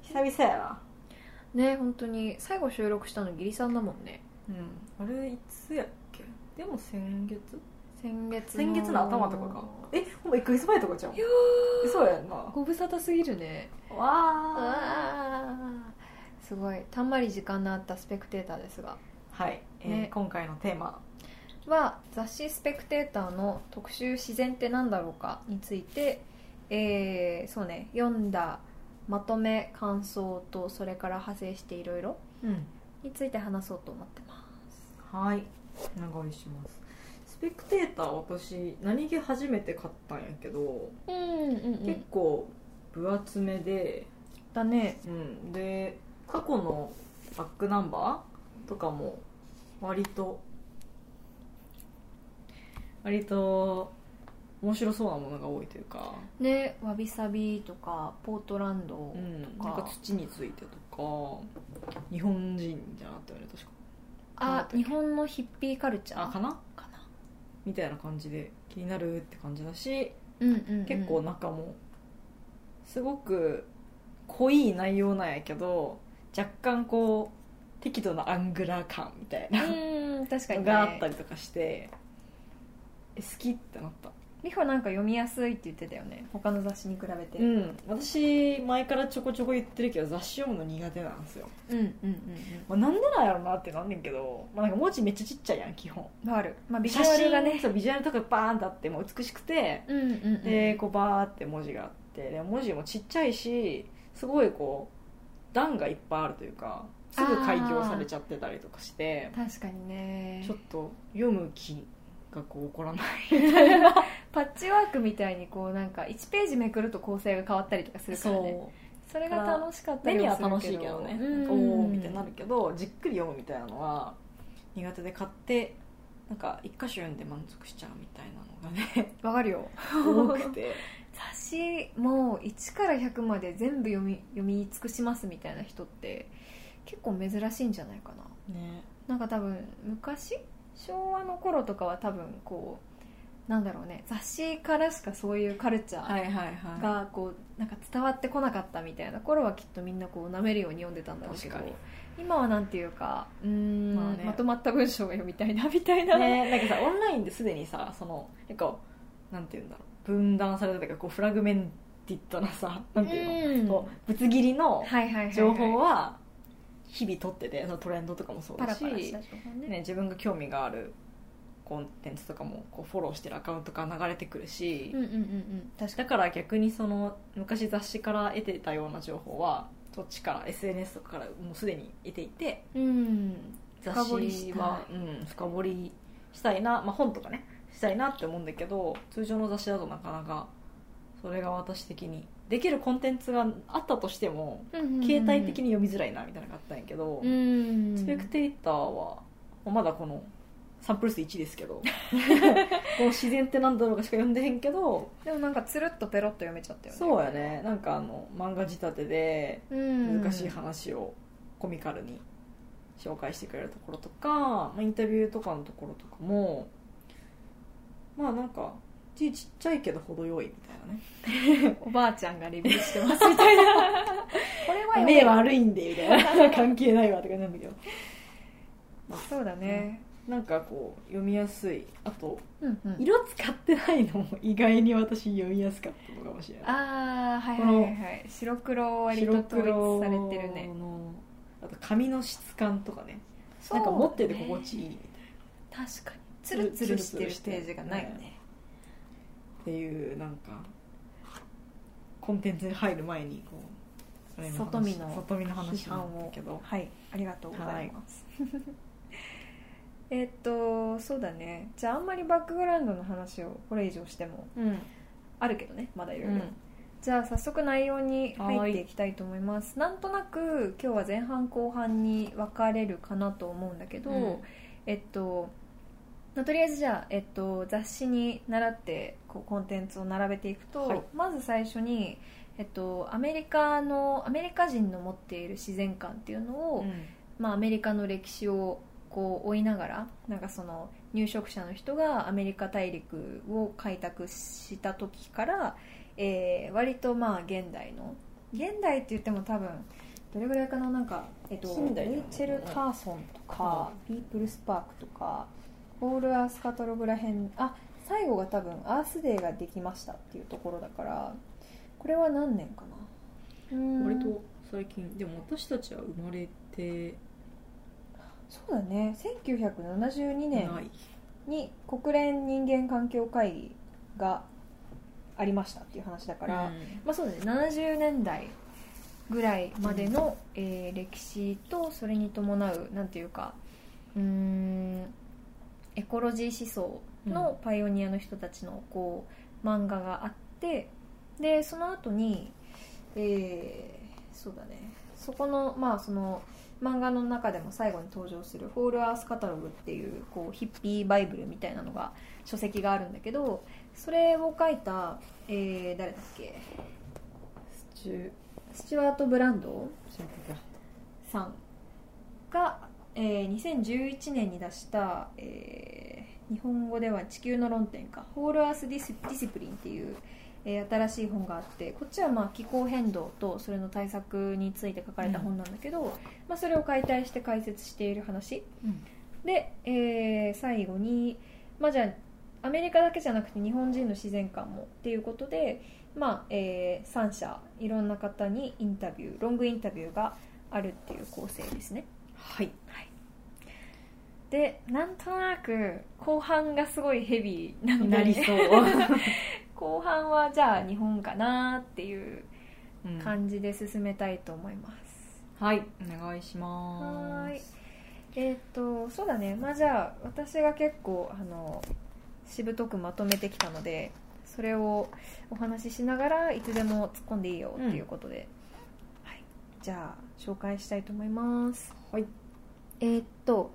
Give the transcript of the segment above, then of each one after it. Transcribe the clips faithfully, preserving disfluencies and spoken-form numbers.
久々やなね。本当に最後収録したのギリさんだもんね。 うん、あれいつやっけ。でも先月先月の先月の頭とかか。え、ほんまいっかげつまえとかじゃん。 いやそうやんな。 ご無沙汰すぎるね。 わあすごいたんまり時間のあったスペクテーターですが、 はい、えーね今回のテーマは雑誌スペクテーターの特集自然って何だろうかについて、えー、そうね、読んだまとめ感想とそれから派生していろいろうんについて話そうと思ってます。 はい、お願いします。スペクテーター私何気初めて買ったんやけど、 うんうんうん結構分厚めで、 だね。 うん、で過去のバックナンバーとかも割と割と面白そうなものが多いというか、 ね、わびさびとかポートランドとか、 うん、なんか土についてとか日本人じゃなかったよね確か。 あ、日本のヒッピーカルチャーあかなかなみたいな感じで気になるって感じだし、 うんうんうん、 結構中もすごく濃い内容なんやけど若干こう適度なアングラー感みたいなうん確かに、ね、 があったりとかしてえ好きってなった。 リホなんか読みやすいって言ってたよね、他の雑誌に比べて。 うん、私前からちょこちょこ言ってるけど雑誌読むの苦手なんですよ、 うんうんうんまあ、なんでなんやろなってなんねんけど、まあ、なんか文字めっちゃちっちゃいやん基本。 うんある、まあ、ビジュアルがね、 そうビジュアルとかバーンとあってもう美しくて、 うんうんうん、 でこうバーって文字があってで文字もちっちゃいしすごいこう段がいっぱいあるというかすぐ開業されちゃってたりとかして確かにね、 ちょっと読む気がこう起こらないみたいなパッチワークみたいにこうなんかいちページめくると構成が変わったりとかするからね、 そうそれが楽しかった目にはりはするけど、 楽しいけどね、 うんおーみたいになるけどじっくり読むみたいなのは苦手で買ってなんか一箇所読んで満足しちゃうみたいなのがねわかるよ多くて雑誌もういちからひゃくまで全部読み、読み尽くしますみたいな人って結構珍しいんじゃないかな、 ね、 なんか多分昔昭和の頃とかは多分こうなんだろうね、雑誌からしかそういうカルチャーはいはいはいがこうなんか伝わってこなかったみたいな頃はきっとみんなこう舐めるように読んでたんだろうけど、 確かに今はなんていうかうーん、 まあねまとまった文章が読みたいなみたいな、 ね、なんかさオンラインですでにさその結構なんていうんだろう分断されたというかこうフラグメンティッドなさなんていうの、 うんこうぶつ切りのはいはいはいはい、 情報は日々取っててそのトレンドとかもそうパラだしパラした情報ねね、自分が興味があるコンテンツとかもこうフォローしてるアカウントから流れてくるし、 うんうんうんうん確かだから逆にその昔雑誌から得てたような情報はそっちから エスエヌエス とかからもうすでに得ていて、 にうん雑深掘りしたい誌は、うん、深掘りしたいな、まあ、本とかねしたいなって思うんだけど通常の雑誌だとなかなかそれが私的にできるコンテンツがあったとしても、 うんうんうんうん携帯的に読みづらいなみたいなのがあったんやけど、 うんスペクテーターはまだこのサンプル数いちですけどこの自然ってなんだろうかしか読んでへんけどでもなんかつるっとペロッと読めちゃったよね。 そうやね、なんかあの漫画仕立てでうん難しい話をコミカルに紹介してくれるところとか、まあインタビューとかのところとかもまあなんか字ちっちゃいけど程よいみたいなねおばあちゃんがレビューしてますみたいなこれは読め目悪いんでみたいな関係ないわって感じなんだけどそうだね、 なんかこう読みやすい、あとうんうん、 色使ってないのも意外に私読みやすかったのかもしれない。 ああはいはいはいはい白黒割と統一されてるね。 のあと紙の質感とかね、なんか持ってて心地いいみたいな、 確かにツルツルしてるページがないよね。 っていうなんかコンテンツに入る前にこう外見の外見の話批判なんだをけど、 はいありがとうございます、はい、えっとそうだね、じゃああんまりバックグラウンドの話をこれ以上してもうんあるけどねまだいろいろ、 うんじゃあ早速内容に入っていきたいと思います。なんとなく今日は前半後半に分かれるかなと思うんだけど、 うんえっととりあえずじゃあ、えっと、雑誌に習ってこうコンテンツを並べていくと、 はい、 まず最初に、えっと、アメリカのアメリカ人の持っている自然観っていうのを、 うんまあ、アメリカの歴史をこう追いながらなんかその入植者の人がアメリカ大陸を開拓した時から、えー、割とまあ現代の現代って言っても多分どれぐらいかな、なんか、えっと、 近代だよねレイチェル・カーソンとか、 うピープルスパークとか、ホール・アースカタログらへん、あ、最後が多分アースデーができましたっていうところだから、これは何年かな。うーん、 割と最近でも私たちは生まれてそうだね、せんきゅうひゃくななじゅうにねないんに国連人間環境会議がありましたっていう話だから、 うんまあそうだね、ななじゅうねんだいぐらいまでの、えー歴史とそれに伴うなんていうか、うーん、エコロジー思想のパイオニアの人たちのこう漫画があって、でその後に、えーそうだね、そこのまあその漫画の中でも最後に登場するホールアースカタログっていうこうヒッピーバイブルみたいなのが書籍があるんだけど、それを書いた、えー誰だっけ、 スチュースチュワート・ブランドシンプルさんが、えーにせんじゅういちねんに出した、えー日本語では地球の論点か、ホールアースディス・ディシプリンっていう、えー新しい本があって、こっちはまあ気候変動とそれの対策について書かれた本なんだけど、まあ、それを解体して解説している話うんで、えー最後に、まあ、じゃあアメリカだけじゃなくて日本人の自然観もっていうことで、まあえーさん社いろんな方にインタビューロングインタビューがあるっていう構成ですね。 はい、 はい、でなんとなく後半がすごいヘビーなのでなりそう後半はじゃあ日本かなっていううん感じで進めたいと思います。 はいお願いします。 はい、えーっとそうだね、まあじゃあ私が結構あのしぶとくまとめてきたので、それをお話ししながらいつでも突っ込んでいいよっていうことで、はい、じゃあ紹介したいと思います。 はいえーっと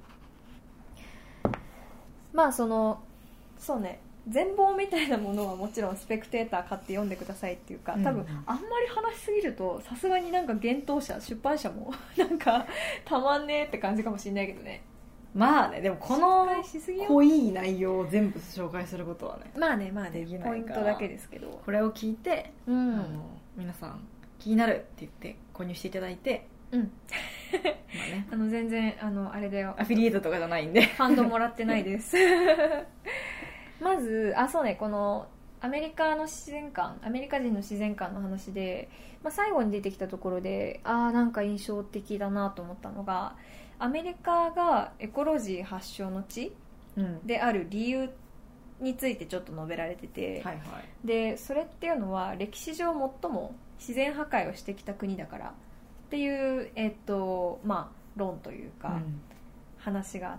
まあそのそうね、全貌みたいなものはもちろんスペクテーター買って読んでくださいっていうか、多分うんうんあんまり話しすぎるとさすがになんか幻冬者出版社もなんかたまんねえって感じかもしれないけどね。 まあね、でもこの紹介しすぎよ濃い内容を全部紹介することはね、 まあねまあねできないからポイントだけですけど、 これを聞いて、 うんあの皆さん気になるって言って購入していただいて、 うんまあね、 あの全然あのあれだよ、 アフィリエイトとかじゃないんでファンドもらってないですまずあそうね、このアメリカの自然観、アメリカ人の自然観の話で、まあ、最後に出てきたところであーなんか印象的だなと思ったのが、アメリカがエコロジー発祥の地うんである理由についてちょっと述べられてて、 はいはいでそれっていうのは歴史上最も自然破壊をしてきた国だからっていう、えっとまあ、論というか、 うん話があって、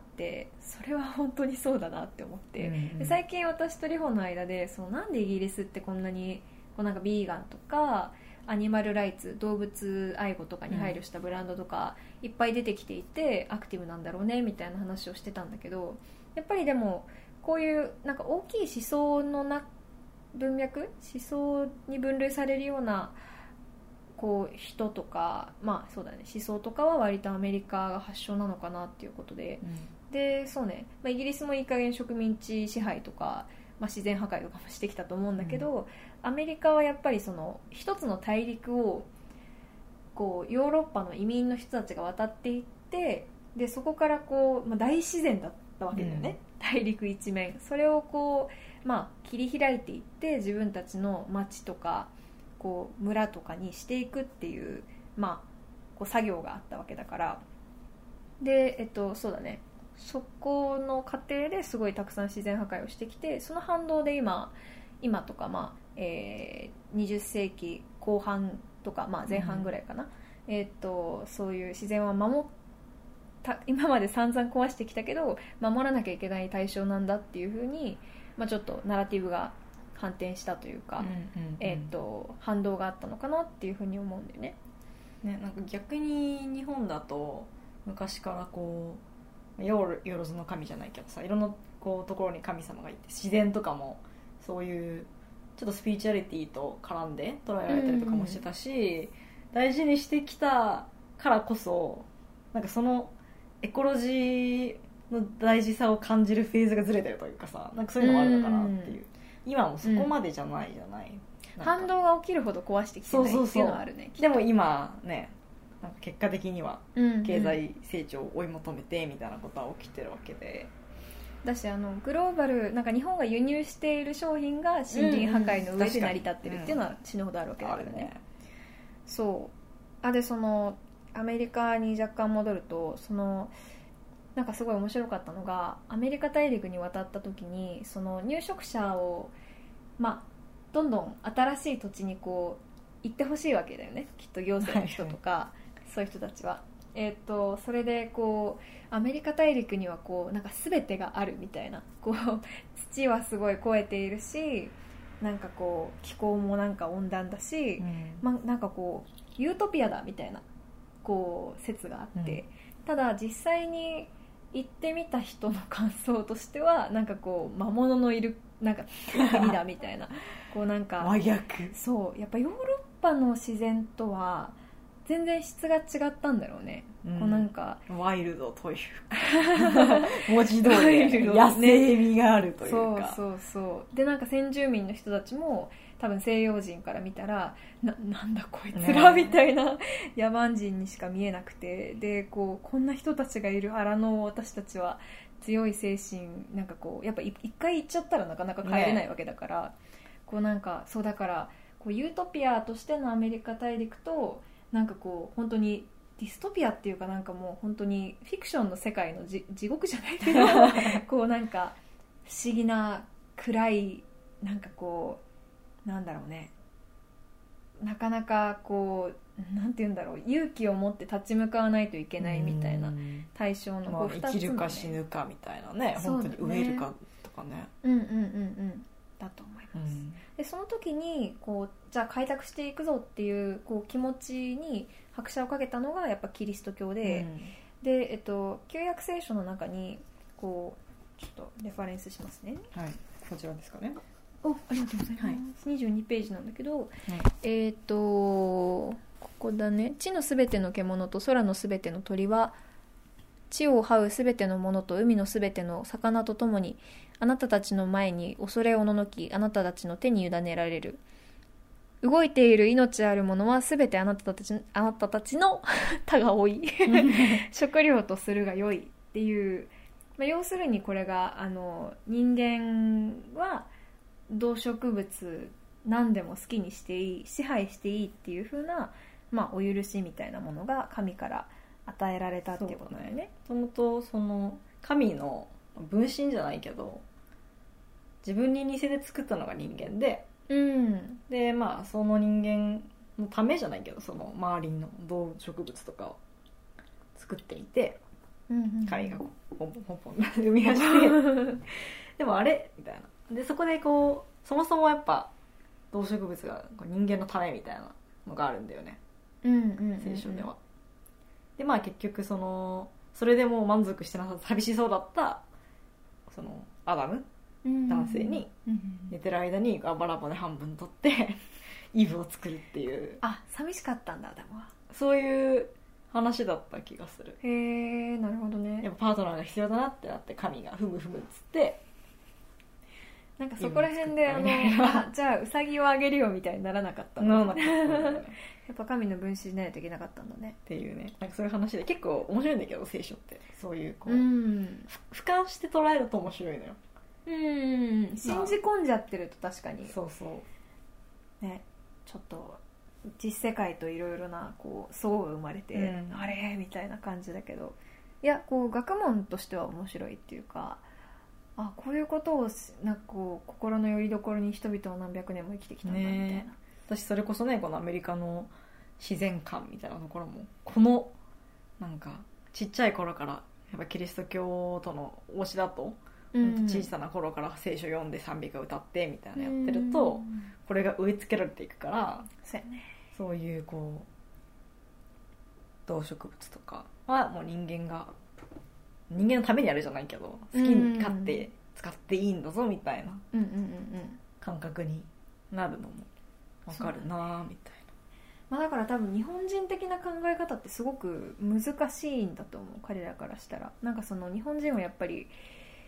それは本当にそうだなって思って、 うんうんで最近私とリホの間でそのなんでイギリスってこんなにこうなんかビーガンとかアニマルライツ、動物愛護とかに配慮したブランドとかいっぱい出てきていてアクティブなんだろうねみたいな話をしてたんだけど、やっぱりでもこういうなんか大きい思想のな文脈、思想に分類されるようなこう人とか、まあそうだね、思想とかは割とアメリカが発祥なのかなっていうことで、でそうね、まあ、イギリスもいい加減植民地支配とか、まあ、自然破壊とかもしてきたと思うんだけど、うん、アメリカはやっぱりその一つの大陸をこうヨーロッパの移民の人たちが渡っていって、でそこからこう、まあ、大自然だったわけだよね、うん、大陸一面それをこう、まあ、切り開いていって自分たちの町とかこう村とかにしていくっていう、まあ、こう作業があったわけだから、で、えっと、そうだね、そこの過程ですごいたくさん自然破壊をしてきて、その反動で今今とか、まあえー、にじゅっせいきこう半とか、まあ、前半ぐらいかな、うん、えー、っとそういう自然は守った今まで散々壊してきたけど守らなきゃいけない対象なんだっていう風に、まあ、ちょっとナラティブが反転したというか、うんうんうん、えー、っと反動があったのかなっていう風に思うんだよね。 ね、なんか逆に日本だと昔からこうよろずの神じゃないけどさ、いろんなこうところに神様がいて、自然とかもそういうちょっとスピリチュアリティと絡んで捉えられたりとかもしてたし、うんうん、大事にしてきたからこそなんかそのエコロジーの大事さを感じるフェーズがずれてるというかさ、なんかそういうのもあるのかなっていう、うん、今もそこまでじゃないじゃない、 反動が起きるほど壊してきてないっていうのはあるね。 でも今ねなんか結果的にはうんうん経済成長を追い求めてみたいなことは起きてるわけで、 だしあのグローバルなんか日本が輸入している商品が森林破壊の上で成り立ってるっていうのは死ぬほどあるわけだからね。 あるね。 そうあでそのアメリカに若干戻ると、そのなんかすごい面白かったのが、アメリカ大陸に渡った時にその入植者を、まあ、どんどん新しい土地にこう行ってほしいわけだよね、きっと行政の人とか、はい、そういう人たちは。えー、とそれでこうアメリカ大陸にはこうなんか全てがあるみたいな、こう土はすごい肥えているし、なんかこう気候もなんか温暖だし、 うんま、なんかこうユートピアだみたいなこう説があって、うん、ただ実際に行ってみた人の感想としてはなんかこう魔物のいるなんか国だみたいなこうなんか真逆。そうやっぱヨーロッパの自然とは全然質が違ったんだろうね、うん、こうなんかワイルドというか文字通り野生味があるというか、 そうそうそうでなんか先住民の人たちも多分西洋人から見たら な, なんだこいつらみたいな野蛮人にしか見えなくて、でこうこんな人たちがいる荒野を私たちは強い精神なんかこうやっぱ一回行っちゃったらなかなか帰れないわけだから、ね、こうなんかそうだからこうユートピアとしてのアメリカ大陸となんかこう本当にディストピアっていうかなんかもう本当にフィクションの世界のじ地獄じゃないけどこうなんか不思議な暗いなんかこうなんだろうね、なかなかこうなんて言うんだろう、勇気を持って立ち向かわないといけないみたいな対象のこうふたつの、ね、 まあ、生きるか死ぬかみたいなね、本当に飢えるかとかね、 うんうんうんうんだと思います、うん、でその時にこうじゃあ開拓していくぞっていう、こう気持ちに拍車をかけたのがやっぱキリスト教で、うん、で、えっと、旧約聖書の中にこうちょっとレファレンスしますね。 はい、こちらですかね。 お、ありがとうございます、はい、にじゅうにページなんだけど、はい、えっとここだね。地のすべての獣と空のすべての鳥は地を這うすべてのものと海のすべての魚とともにあなたたちの前に恐れおののき、あなたたちの手に委ねられる。動いている命あるものはすべてあなたたち、あなたたちの他が多い食料とするが良いっていう、まあ、要するにこれがあの人間は動植物何でも好きにしていい、支配していいっていう風な、まあ、お許しみたいなものが神から与えられたっていうことだよね。 もともとその神の分身じゃないけど自分に似せて作ったのが人間で、 うん、 でまあその人間のためじゃないけどその周りの動植物とかを作っていて、 うんうん、 神がポンポンポンポン生み出してでもあれみたいなでそこでこうそもそもやっぱ動植物が人間のためみたいなのがあるんだよね、 うんうんうんうん、 聖書では。でまあ結局そのそれでもう満足してなさ寂しそうだったそのアダム、うん、男性に寝てる間にバラバラで半分取ってイブを作るっていう、 あ、寂しかったんだアダムは。 そういう話だった気がする。 へえ、なるほどね。 やっぱパートナーが必要だなってなって神がふむふむっつってなんかそこら辺であのあじゃあウサギをあげるよみたいにならなかったのやっぱ神の分子しないといけなかったんだねっていうね、なんかそういう話で結構面白いんだけど聖書ってそういうこう、 うん、 俯瞰して捉えると面白いのよ。 うん信じ込んじゃってると確かにそうそうね、ちょっと実世界といろいろなこう相が生まれて、うん、あれみたいな感じだけど、いやこう学問としては面白いっていうか、あこういうことをなんかこう心の拠り所に人々は何百年も生きてきたんだみたいな、ね、 私それこそねこのアメリカの自然観みたいなところもこのなんかちっちゃい頃からやっぱキリスト教徒の推しだと、うん、小さな頃から聖書読んで賛美歌歌ってみたいなやってると、うん、これが植え付けられていくから、 そうやね、 そういうこう動植物とかはもう人間が人間のためにやるじゃないけど好きに勝って使っていいんだぞみたいな感覚になるのも分かるなみたいな、 まあ、だから多分日本人的な考え方ってすごく難しいんだと思う、彼らからしたら。なんかその日本人はやっぱり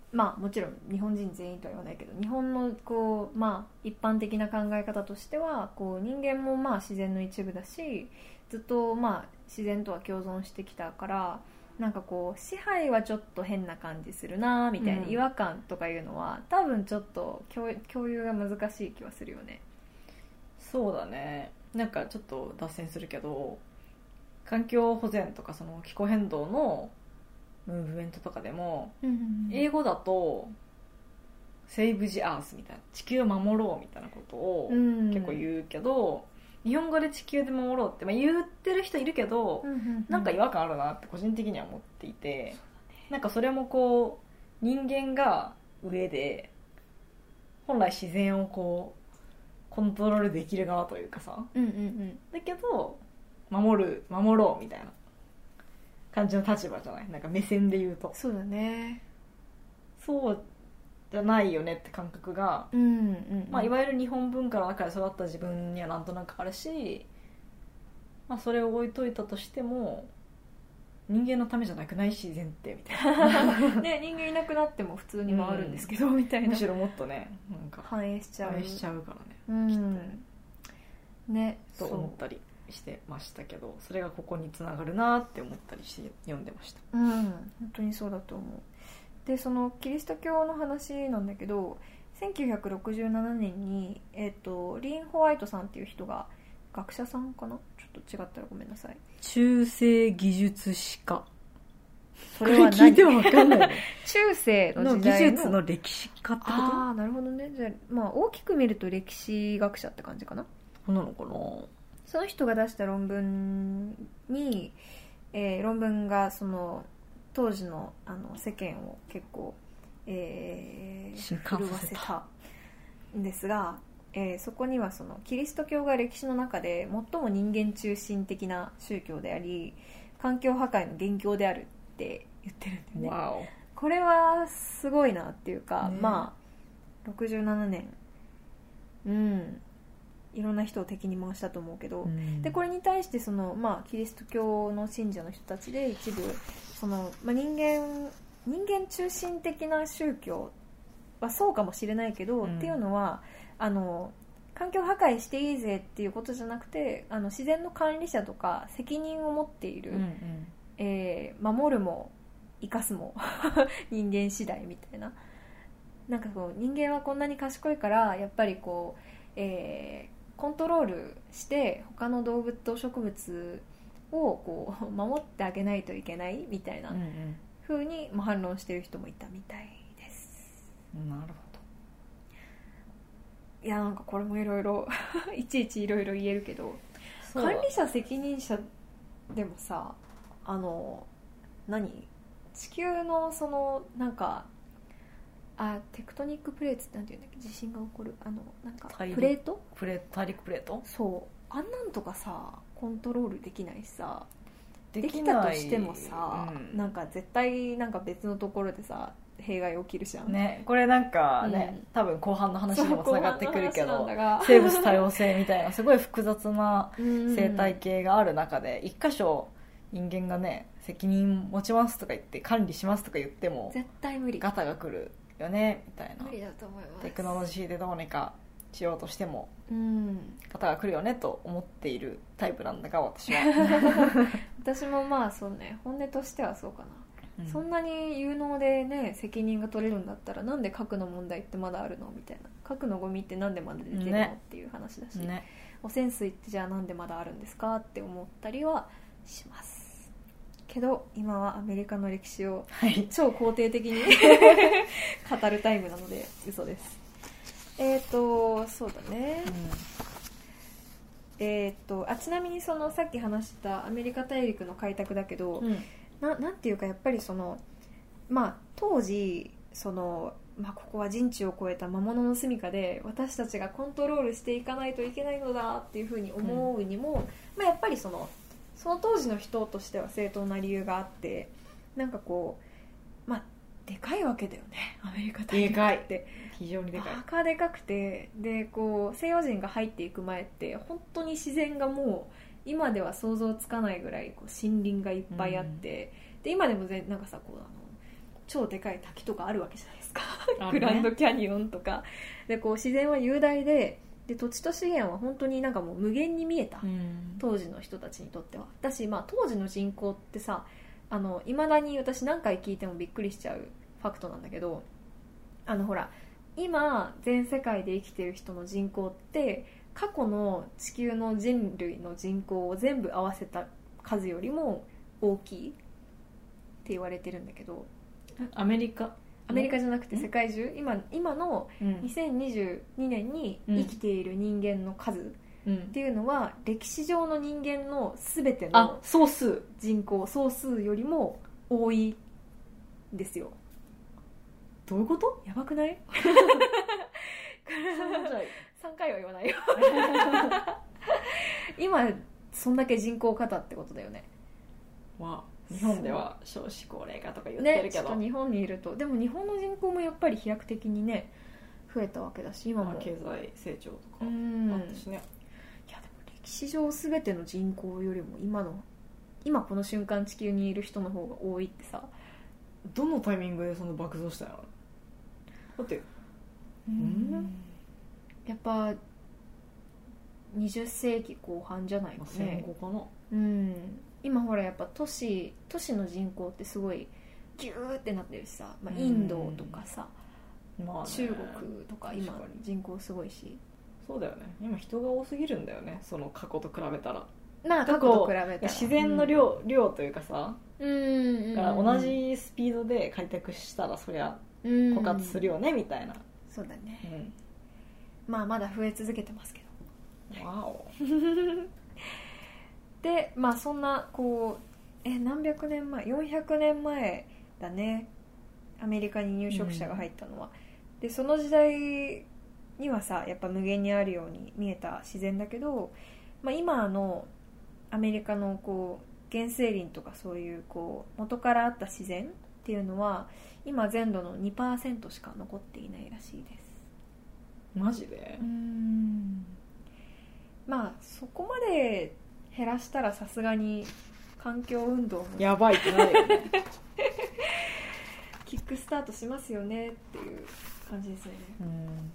まあもちろん日本人全員とは言わないけど、日本のこう、まあ、一般的な考え方としてはこう人間もまあ自然の一部だし、ずっとまあ自然とは共存してきたから、なんかこう支配はちょっと変な感じするなみたいな、 うん違和感とかいうのは多分ちょっと共共有が難しい気はするよね。 そうだね。なんかちょっと脱線するけど、環境保全とかその気候変動のムーブメントとかでも、英語だとセーブ・ジ・アースみたいな、地球を守ろうみたいなことを結構言うけど、日本語で地球で守ろうって、まあ、言ってる人いるけど、なんか違和感あるなって個人的には思っていて、なんかそれもこう人間が上で本来自然をこうコントロールできる側というかさ、 うんうんうん、 だけど守る守ろうみたいな感じの立場じゃない、なんか目線で言うと。 そうだね。 そうじゃないよねって感覚が、 うんうんうん、 まあ、いわゆる日本文化の中で育った自分にはなんとなくあるし、まあ、それを置いといたとしても人間のためじゃなくないし自然ってみたいなね、人間いなくなっても普通に回るんですけど、うん、みたいな。 むしろもっとね、なんか反映しちゃう反映しちゃうからね、 うん、 きっとねと思ったりしてましたけど、それがここにつながるなって思ったりして読んでました。 うん、本当にそうだと思う。でそのキリスト教の話なんだけど、せんきゅうひゃくろくじゅうななねんに、えーと、リーン・ホワイトさんっていう人が、学者さんかな、ちょっと違ったらごめんなさい、 中世技術史家、 それは何？ 聞いても分かんない、ね、 中世の時代の技術の歴史家ってこと？ ああ、なるほどね。じゃあ、まあ、大きく見ると歴史学者って感じかな。 そうなのかな。 その人が出した論文に、えー、論文がその当時 の, あの世間を結構、えー、震わせたんですが、えー、そこにはそのキリスト教が歴史の中で最も人間中心的な宗教であり、環境破壊の元凶であるって言ってるんだよね。 わお、 これはすごいなっていうか、 ね、 まあろくじゅうななねん、うんいろんな人を敵に回したと思うけど、うん、でこれに対してその、まあ、キリスト教の信者の人たちで一部その、まあ、人間人間中心的な宗教はそうかもしれないけど、うん、っていうのはあの環境破壊していいぜっていうことじゃなくて、あの自然の管理者とか責任を持っている、うんうん、えー、守るも生かすも人間次第みたいな、なんかこう人間はこんなに賢いからやっぱりこう、えーコントロールして他の動物と植物をこう守ってあげないといけないみたいな風に反論してる人もいたみたいです。 なるほど。 いや、なんかこれもいろいろいちいちいろいろ言えるけど、管理者責任者でもさ、あの何地球のそのなんかあテクトニックプレートってなんていうんだっけ、地震が起こるあのなんかプレートプレ大陸プレート、 そうあんなんとかさコントロールできないしさ、できたとしてもさ、うん、なんか絶対なんか別のところでさ弊害起きるじゃんね。 これなんかね、うん、多分後半の話にもつながってくるけど、生物多様性みたいなすごい複雑な生態系がある中で、一箇所人間がね責任持ちますとか言って管理しますとか言っても絶対無理、 ガタが来るよねみたいな。 無理だと思います。 テクノロジーでどうにかしようとしても、 うん、 ガタが来るよねと思っているタイプなんだが私は私もまあそうね、本音としてはそうかな、うん、そんなに有能でね責任が取れるんだったらなんで核の問題ってまだあるのみたいな、核のゴミってなんでまだ出てるの、ね、っていう話だし、ね、汚染水ってじゃあなんでまだあるんですかって思ったりはしますけど、今はアメリカの歴史を超肯定的に語るタイムなので嘘です。えーとそうだね、うん、えーとあちなみにそのさっき話したアメリカ大陸の開拓だけど、うん、な, なんていうかやっぱりそのまあ当時その、まあ、ここは人知を超えた魔物の住処で私たちがコントロールしていかないといけないのだっていうふうに思うにも、うんまあ、やっぱりそのその当時の人としては正当な理由があって、なんかこうまあでかいわけだよね、アメリカ大陸って非常にでかい、 バカでかくて、でこう西洋人が入っていく前って本当に自然がもう今では想像つかないぐらいこう森林がいっぱいあって、うん、で今でもぜなんかさこうあの超でかい滝とかあるわけじゃないですかあるねグランドキャニオンとかでこう自然は雄大で、で土地と資源は本当になんかもう無限に見えた、 うん当時の人たちにとっては。だし、まあ、当時の人口ってさ、あの未だに私何回聞いてもびっくりしちゃうファクトなんだけど、あのほら今全世界で生きてる人の人口って過去の地球の人類の人口を全部合わせた数よりも大きいって言われてるんだけど、 アメリカアメリカじゃなくて世界中、今今のうんにせんにじゅうにねんに生きている人間の数っうんていうのは、歴史上の人間の全てあの総数人口総数よりも多いんですよ。 どういうことやばくないさんかいは言わないよ今そんだけ人口過多ってことだよね。 まあ日本では少子高齢化とか言ってね、 るけど、 ちょっと日本にいると、でも日本の人口もやっぱり飛躍的にね増えたわけだし、今もまあ経済成長とかあうんったしね、 いやでも歴史上全ての人口よりも今の今この瞬間地球にいる人の方が多いってさ、 どのタイミングでその爆増したの？だってうんやっぱにじゅっせいきこう半じゃないか戦ね。 後かな。 うん今ほらやっぱ都市都市の人口ってすごいギューってなってるしさ、まあ、インドとかさ、 まあね、 中国とか今確かに人口すごいし、 そうだよね。今人が多すぎるんだよね、その過去と比べたら。 まあ過去と比べたら自然の量、量というかさ、 うんうんだから同じスピードで開拓したらそりゃ枯渇するよねみたいな、 そうだね、 うん、 まあまだ増え続けてますけどわおでまあそんなこうえ何百年前よんひゃくねんまえだね、アメリカに入植者が入ったのは、うん、でその時代にはさやっぱ無限にあるように見えた自然だけど、まあ、今のアメリカのこう原生林とかそういうこう元からあった自然っていうのは今全土の にパーセント しか残っていないらしいです。 マジで？ うーんまあそこまで減らしたらさすがに環境運動もやばいってなるよねキックスタートしますよねっていう感じですよね。 うん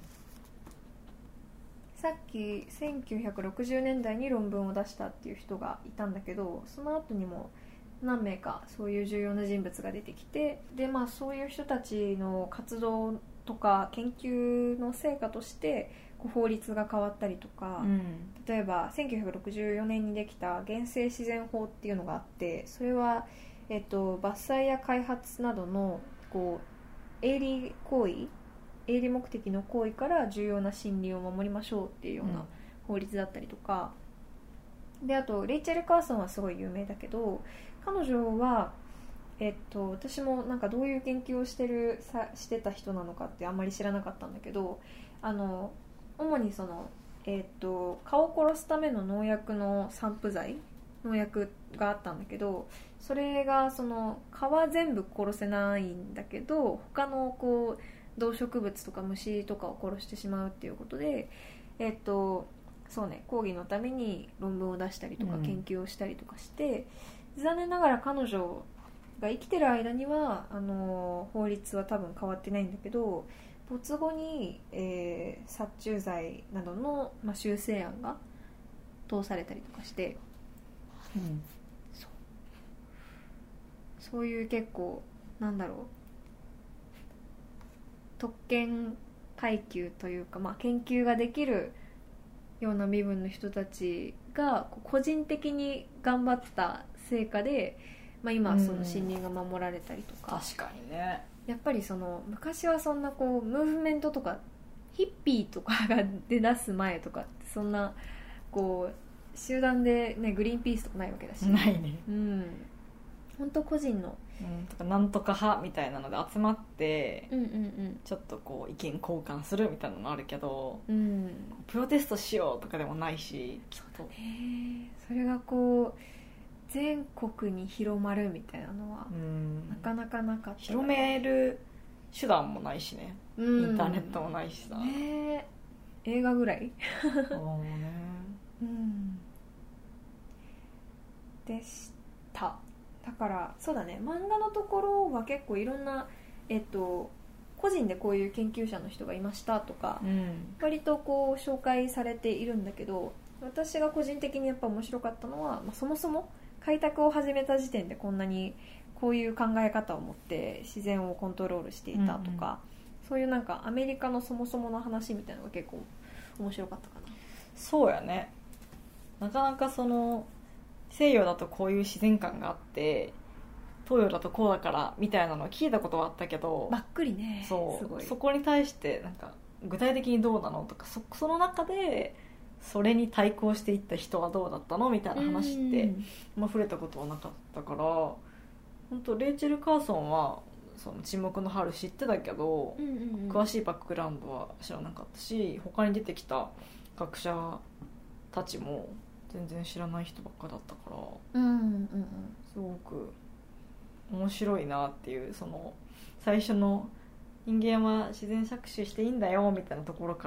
さっきせんきゅうひゃくろくじゅうねんだいに論文を出したっていう人がいたんだけど、その後にも何名かそういう重要な人物が出てきて、で、まあ、そういう人たちの活動とか研究の成果としてこう法律が変わったりとか、 うん例えばせんきゅうひゃくろくじゅうよねんにできた原生自然法っていうのがあって、それは、えっと、伐採や開発などのこう営利行為営利目的の行為から重要な森林を守りましょうっていうような法律だったりとか、うん、であとレイチェル・カーソンはすごい有名だけど、彼女は、えっと、私もなんかどういう研究をしてるさしてた人なのかってあんまり知らなかったんだけど、あの主にその、えっと、蚊を殺すための農薬の散布剤農薬があったんだけど、それがその蚊は全部殺せないんだけど他のこう動植物とか虫とかを殺してしまうっていうことで、えっとそうね、講義のために論文を出したりとか研究をしたりとかして、うん、残念ながら彼女が生きてる間にはあの法律は多分変わってないんだけど、没後に、えー、殺虫剤などの、まあ、修正案が通されたりとかして、 うん、 そう、そういう結構なんだろう特権階級というか、まあ、研究ができるような身分の人たちが個人的に頑張った成果で、まあ、今その森林が守られたりとか、 うん、確かにね。 やっぱりその昔はそんなこうムーブメントとかヒッピーとかが出だす前とかってそんなこう集団で、ね、グリーンピースとかないわけだし、 ないね、 うん、本当個人の、 うん、とかなんとか派みたいなので集まって、 うんうんうん、 ちょっとこう意見交換するみたいなのあるけど、 うん、 プロテストしようとかでもないし、きっとね、それがこう全国に広まるみたいなのは、うん、なかなかなかった、ね、 広める手段もないしね、うん、インターネットもないしさ、 ね、映画ぐらいそうね、 うん、でした。だからそうだね、漫画のところは結構いろんなえっと、個人でこういう研究者の人がいましたとか、 うん、 割とこう紹介されているんだけど、私が個人的にやっぱ面白かったのは、まあ、そもそも開拓を始めた時点でこんなにこういう考え方を持って自然をコントロールしていたとか、うんうん、そういうなんかアメリカのそもそもの話みたいなのが結構面白かったかな。 そうやね。なかなかその西洋だとこういう自然観があって東洋だとこうだからみたいなのを聞いたことはあったけど、 ばっくりね。 そうすごい。 そこに対してなんか具体的にどうなのとか、 そ, その中でそれに対抗していった人はどうだったのみたいな話って、まあ、触れたことはなかったから、本当レイチェル・カーソンはその沈黙の春知ってたけど、 うんうんうん、 詳しいバックグラウンドは知らなかったし、他に出てきた学者たちも全然知らない人ばっかだったから、 うんうんうん、 すごく面白いなっていう、その最初の人間は自然搾取していいんだよみたいなところから、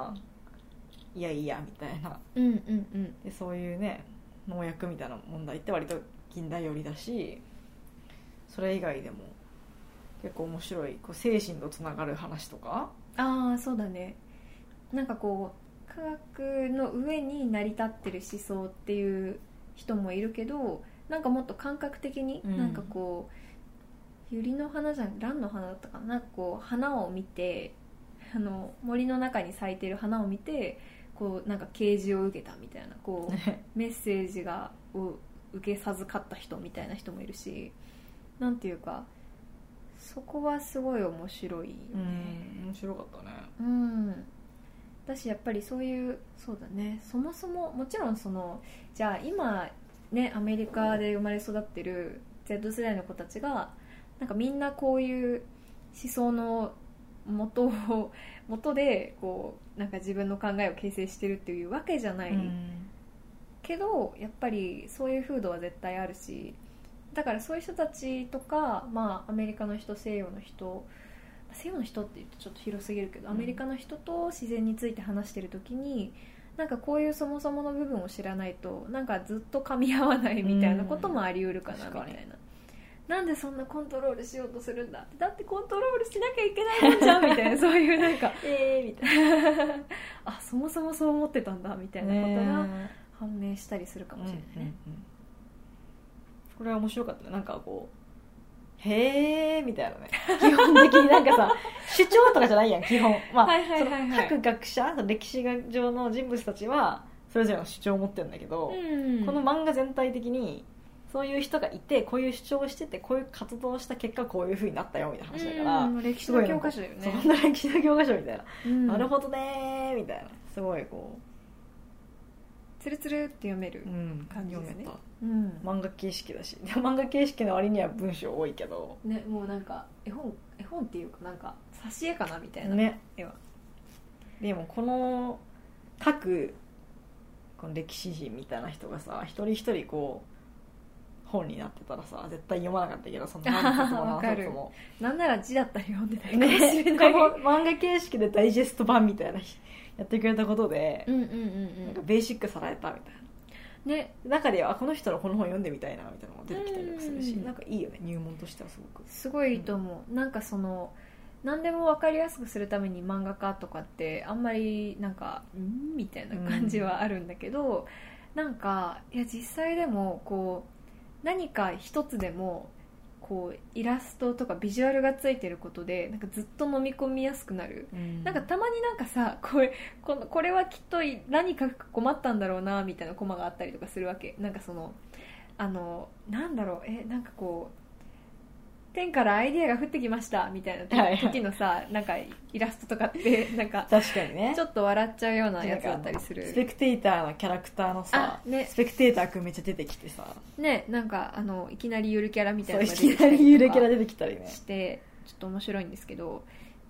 いやいやみたいな、 うんうんうん、 でそういうね農薬みたいな問題って割と近代寄りだし、それ以外でも結構面白いこう精神とつながる話とか。 ああそうだね。なんかこう科学の上に成り立ってる思想っていう人もいるけど、なんかもっと感覚的に、うん、なんかこう百合の花じゃん蘭の花だったかな、なんかこう花を見て、あの森の中に咲いてる花を見てこうなんか啓示を受けたみたいな、こうメッセージがを受け授かった人みたいな人もいるし、なんていうかそこはすごい面白いよね。 うん面白かったね。 うん私やっぱりそういうそうだね、そもそももちろんそのじゃあ今ねアメリカで生まれ育ってる Z 世代の子たちがなんかみんなこういう思想の元を元でこうなんか自分の考えを形成してるっていうわけじゃない、うん、けどやっぱりそういう風土は絶対あるし、だからそういう人たちとか、まあ、アメリカの人西洋の人西洋の人って言うとちょっと広すぎるけど、うん、アメリカの人と自然について話してるときになんかこういうそもそもの部分を知らないとなんかずっと噛み合わないみたいなこともあり得るかなみたいな、なんでそんなコントロールしようとするんだって、だってコントロールしなきゃいけないもんじゃんみたいなそういうなんかえーみたいなあそもそもそう思ってたんだみたいなことが判明したりするかもしれないね、うんうんうん、 これは面白かったね。なんかこうへーみたいなね、基本的になんかさ主張とかじゃないやん基本、まあはいはいはいはい、その各学者歴史学上の人物たちはそれぞれの主張を持ってるんだけど、うん、この漫画全体的にそういう人がいてこういう主張をしててこういう活動をした結果こういう風になったよみたいな話だから、 うん、歴史の教科書だよね。 そんな歴史の教科書みたいな、うん、なるほどねみたいな、すごいこうつるつるって読める感じですね、うん、読めた、 うん、漫画形式だし、漫画形式の割には文章多いけど、 ね、もうなんか絵本絵本っていうかなんか挿絵かなみたいな、 ね、 絵はでもこの各この歴史人みたいな人がさ一人一人こう本になってたらさ絶対読まなかったけど、その何冊も何冊もなんなら字だったら読んでたりかもしれない、ね、 この漫画形式でダイジェスト版みたいなやってくれたことで、 うんうんうんうん、 なんかベーシックされたみたいな、ね、中ではこの人のこの本読んでみたいなみたいなのが出てきたりとかするし、うんうん、なんかいいよね、入門としてはすごくすごいいいと思う、うん、なんかその何でも分かりやすくするために漫画家とかってあんまりなんかんみたいな感じはあるんだけど、うん、なんかいや実際でもこう何か一つでもこうイラストとかビジュアルがついてることでなんかずっと飲み込みやすくなる、うん、なんかたまになんかさこれ、このこれはきっと何か困ったんだろうなみたいなコマがあったりとかするわけ。なんかそのあのなんだろうえなんかこう天からアイディアが降ってきましたみたいな時のさ、はいはい、なんかイラストとかってなんか確かにねちょっと笑っちゃうようなやつだったりする。 スペクテーターのキャラクターのさ、ね、スペクテーターくんめっちゃ出てきてさね、なんかあのいきなりゆるキャラみたいなのが出てきたりとかいきなりゆるキャラ出てきたりねしてちょっと面白いんですけど、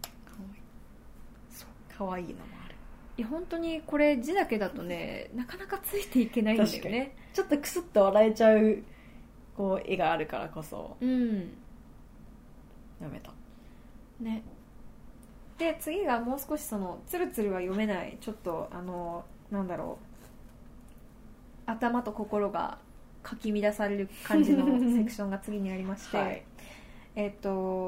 かわいいのもある。 いや本当にこれ字だけだとねなかなかついていけないんだよね。 ちょっとクスッと笑えちゃうこう絵があるからこそ、 うん読めたね。で次がもう少しそのつるつるは読めないちょっとあのなんだろう頭と心がかき乱される感じのセクションが次にありまして、はい、えっと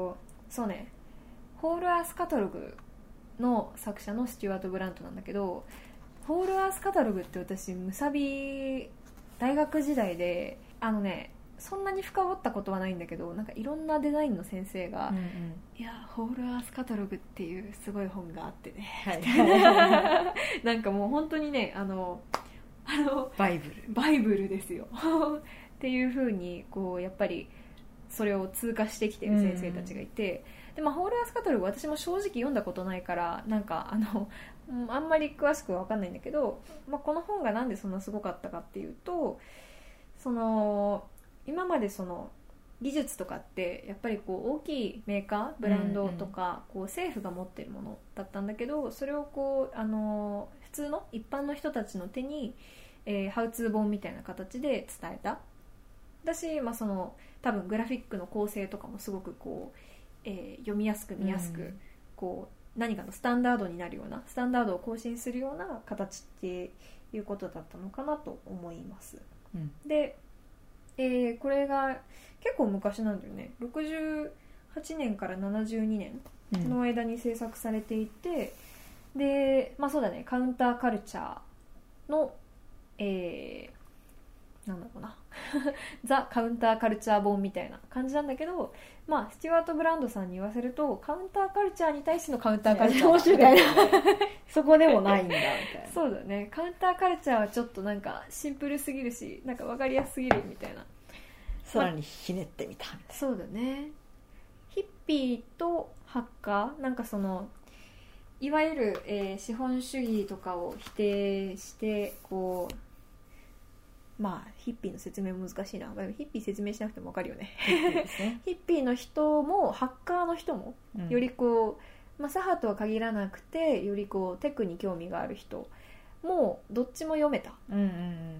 そうね、ホールアースカタログの作者のスチュワート・ブラントなんだけど、ホールアースカタログって私ムサビ大学時代であのねそんなに深掘ったことはないんだけど、なんかいろんなデザインの先生が、 うんうん、 いやホールアースカタログっていうすごい本があってね、 はい、 なんかもう本当にねあのあのバイブルバイブルですよっていう風にこうやっぱりそれを通過してきてる先生たちがいて、うん、でまあ、ホールアースカタログ私も正直読んだことないからなんかあのあんまり詳しくは分かんないんだけど、まあ、この本がなんでそんなすごかったかっていうと、その今までその技術とかってやっぱりこう大きいメーカーブランドとか、こう政府が持ってるものだったんだけど、それをこうあの普通の一般の人たちの手に、えー、ハウツー本みたいな形で伝えただし、まあ、その多分グラフィックの構成とかもすごくこう、えー、読みやすく見やすく、うん、こう何かのスタンダードになるようなスタンダードを更新するような形っていうことだったのかなと思います、うん、で、えー、これが結構昔なんだよね。ろくじゅうはちねんからななじゅうにねんの間に制作されていて、うん、でまあそうだね、カウンターカルチャーの、えー、なんだろうなザ・カウンターカルチャー本みたいな感じなんだけど、まあスチュワート・ブランドさんに言わせるとカウンターカルチャーに対してのカウンターカルチャーみたいなそこでもないんだみたいなそうだね、カウンターカルチャーはちょっとなんかシンプルすぎるしなんか分かりやすすぎるみたいな、 さらにひねってみた、ま、 そうだね。ヒッピーとハッカーなんかそのいわゆる、えー、資本主義とかを否定してこうまあヒッピーの説明難しいな。ヒッピー説明しなくても分かるよねヒッピーですねヒッピーの人もハッカーの人も、うん、よりこう、まあ、左派とは限らなくてよりこうテクに興味がある人もうどっちも読めた、うんうんうん、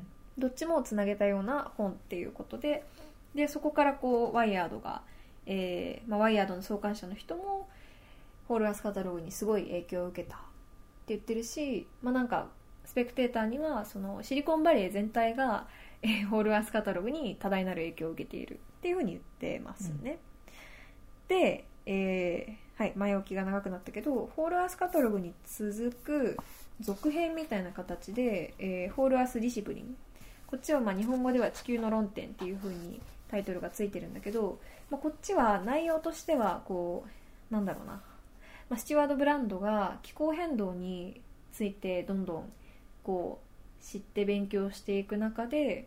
どっちもつなげたような本っていうことで、でそこからこうワイヤードが、えーまあ、ワイヤードの創刊者の人もホールアースカタログにすごい影響を受けたって言ってるし、まあ、なんかスペクテーターにはそのシリコンバレー全体が、えー、ホールアースカタログに多大なる影響を受けているっていうふうに言ってますね、うん、で、えーはい、前置きが長くなったけどホールアースカタログに続く続編みたいな形で、えー、ホールアースディシプリン、こっちはまあ日本語では地球の論点っていう風にタイトルがついてるんだけど、まあ、こっちは内容としてはこうなんだろうな、まあ、スチュワード・ブランドが気候変動についてどんどんこう知って勉強していく中で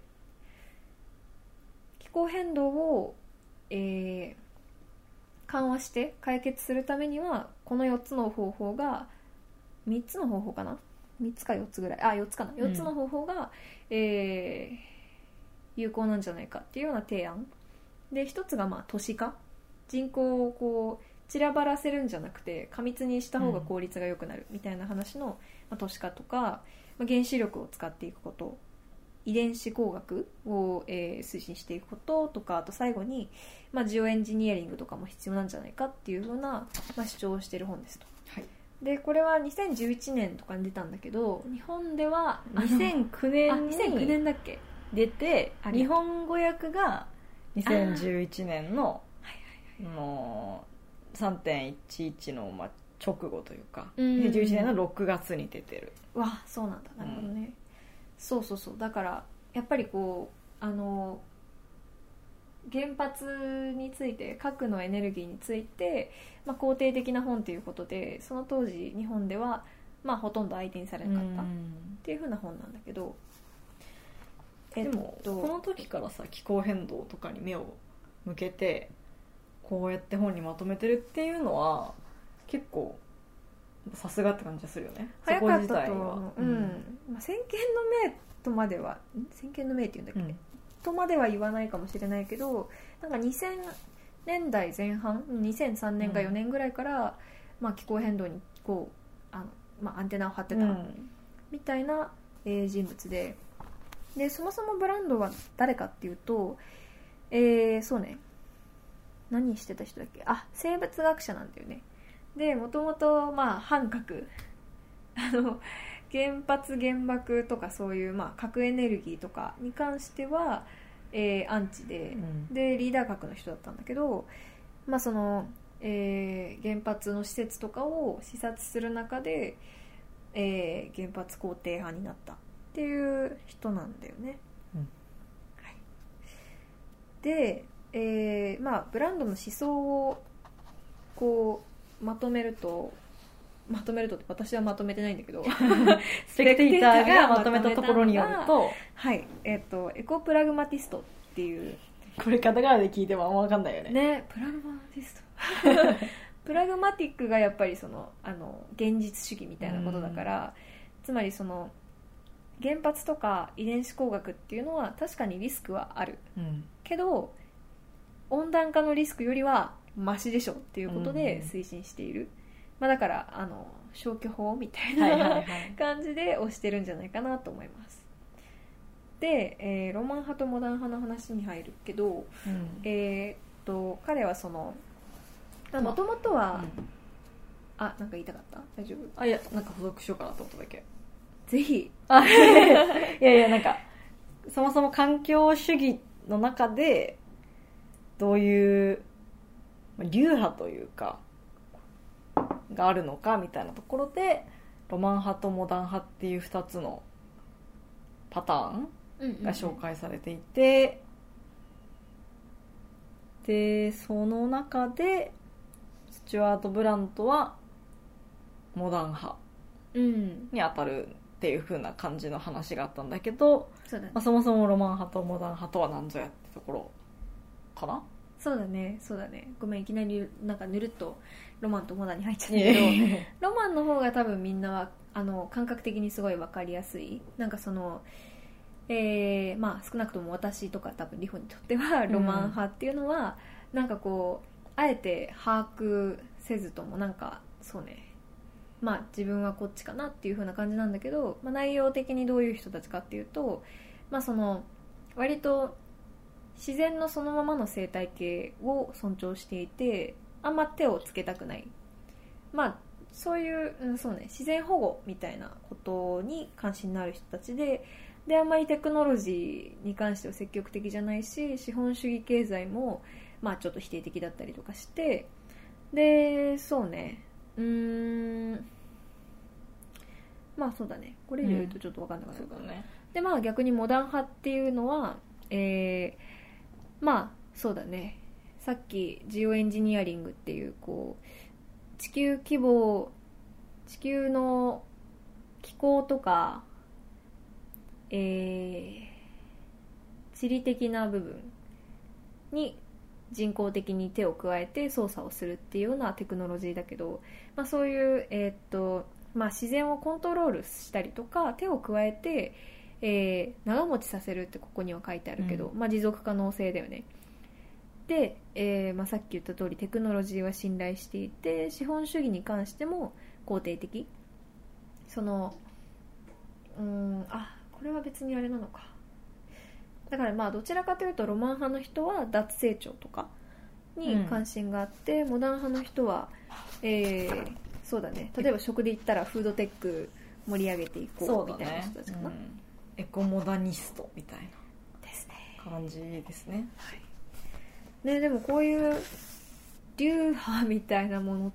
気候変動を、えー、緩和して解決するためにはこのよっつの方法がみっつの方法かなみっつかよっつぐらいあよっつかなよっつの方法が、うんえー、有効なんじゃないかっていうような提案で、一つがまあ都市化、人口をこう散らばらせるんじゃなくて過密にした方が効率が良くなるみたいな話の、まあ、都市化とか、まあ、原子力を使っていくこと、遺伝子工学を、えー、推進していくこととか、あと最後に、まあ、ジオエンジニアリングとかも必要なんじゃないかっていうふうな、まあ、主張をしている本ですと。はいでこれはにせんじゅういちねんとかに出たんだけど日本ではにせんきゅうねんににせんきゅうねんだっけ出て日本語訳がにせんじゅういちねん の, の さんてんいちいち のまあ直後というかにせんじゅういちねんのろくがつに出てる。 わそうなんだ、なるほどね、うん、そうそうそうだからやっぱりこうあの原発について核のエネルギーについて、まあ、肯定的な本ということでその当時日本では、まあ、ほとんど相手にされなかったっていう風な本なんだけど、 えっと、でもこの時からさ気候変動とかに目を向けてこうやって本にまとめてるっていうのは結構さすがって感じがするよね。 早かったと思う、うんうんまあ、先見の明とまでは先見の明っていうんだっけ、うんとまでは言わないかもしれないけどなんかにせんねんだいぜん半にせんさんねんかよねんぐらいから、うんまあ、気候変動にこうあの、まあ、アンテナを張ってたみたいな、えー、人物ででそもそもブランドは誰かっていうと、えー、そうね何してた人だっけあ生物学者なんだよね。でもともとまあ反核あの原発原爆とかそういう、まあ、核エネルギーとかに関しては、えー、アンチで、うん、でリーダー格の人だったんだけど、まあそのえー、原発の施設とかを視察する中で、えー、原発肯定派になったっていう人なんだよね、 うんはい、で、えーまあ、ブランドの思想をこうまとめるとまとめるとって私はまとめてないんだけどスペクテーターがまとめたところによると、 はいえー、とエコプラグマティストっていうこれカタカナで聞いてもあんま分かんないよね。 ね、プラグマティストプラグマティックがやっぱりそのあの現実主義みたいなことだから、つまりその原発とか遺伝子工学っていうのは確かにリスクはある、 うん、 けど温暖化のリスクよりはマシでしょっていうことでうん推進している、まあ、だからあの消去法みたいはいはいはない感じで推してるんじゃないかなと思います。で、えーロマン派とモダン派の話に入るけど、 うんえーっと彼はそのもともとは、 うん、 あ、なんか言いたかった大丈夫？ あ、いや、なんか補足しようかなと思っただけ。 ぜひ。 あ、いやいや、なんかそもそも環境主義の中でどういう流派というかがあるのかみたいなところで、ロマン派とモダン派っていうふたつのパターンが紹介されていて、でその中でスチュワート・ブラントはモダン派うんに当たるっていう風な感じの話があったんだけど、 そうだね、 まあ、そもそもロマン派とモダン派とは何ぞやってところかな。 そうだねそうだねごめんいきなりなんかぬるっとロマンとモダンに入っちゃったけどロマンの方が多分みんなはあの感覚的にすごい分かりやすい。なんかそのえー、まあ少なくとも私とか多分リホにとってはロマン派っていうのは、うん、なんかこうあえて把握せずともなんかそうねまあ自分はこっちかなっていう風な感じなんだけど、まあ、内容的にどういう人たちかっていうと、まあその割と自然のそのままの生態系を尊重していて、あんま手をつけたくない、まあそういう、うん、そうね自然保護みたいなことに関心のある人たちで、であんまりテクノロジーに関しては積極的じゃないし、資本主義経済もまあちょっと否定的だったりとかして、でそうねうーんまあそうだねこれ以上言うとちょっと分かんなかった、 うん、そうだね。 でまあ逆にモダン派っていうのは、えー、まあそうだねさっきジオエンジニアリングっていうこう地球規模地球の気候とか、えー、地理的な部分に人工的に手を加えて操作をするっていうようなテクノロジーだけど、まあ、そういう、えーっとまあ、自然をコントロールしたりとか手を加えて、えー、長持ちさせるってここには書いてあるけど、うんまあ、持続可能性だよね。で、えーまあ、さっき言った通りテクノロジーは信頼していて、資本主義に関しても肯定的。そのうーんあこれは別にあれなのか。だからまあどちらかというとロマン派の人は脱成長とかに関心があって、うん、モダン派の人は、えー、そうだね例えば食で言ったらフードテック盛り上げていこうみたいな人たちかな、ねうん、エコモダニストみたいなですね感じですね、 はいね、でもこういう流派みたいなものって、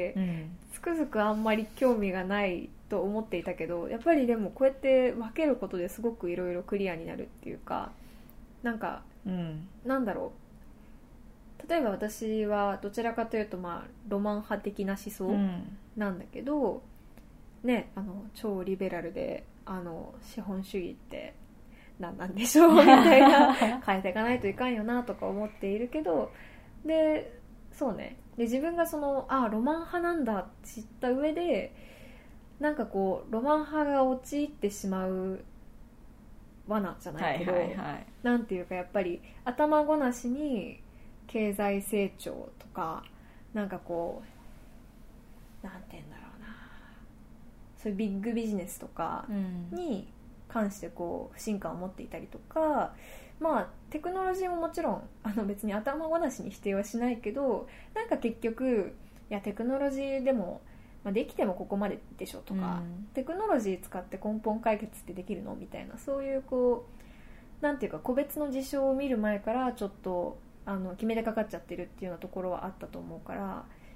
うん、つくづくあんまり興味がないと思っていたけど、やっぱりでもこうやって分けることですごくいろいろクリアになるっていうか、なんか、うん、なんだろう例えば私はどちらかというと、まあ、ロマン派的な思想なんだけど、うんね、あの超リベラルであの資本主義って何なんでしょうみたいな変えていかないといかんよなとか思っているけど、でそうねで自分がそのあロマン派なんだって知った上でなんかこうロマン派が陥ってしまう罠じゃないけど、はいはいはい、なんていうかやっぱり頭ごなしに経済成長とかなんかこうなんて言うんだろうなそういうビッグビジネスとかに関してこう不信感を持っていたりとか、まあテクノロジーももちろんあの別に頭ごなしに否定はしないけど、なんか結局いやテクノロジーでもまあ、できてもここまででしょとか、うん、テクノロジー使って根本解決ってできるのみたいな、そういうこうなんていうか個別の事象を見る前からちょっとあの決めてかかっちゃってるっていうようなところはあったと思うから、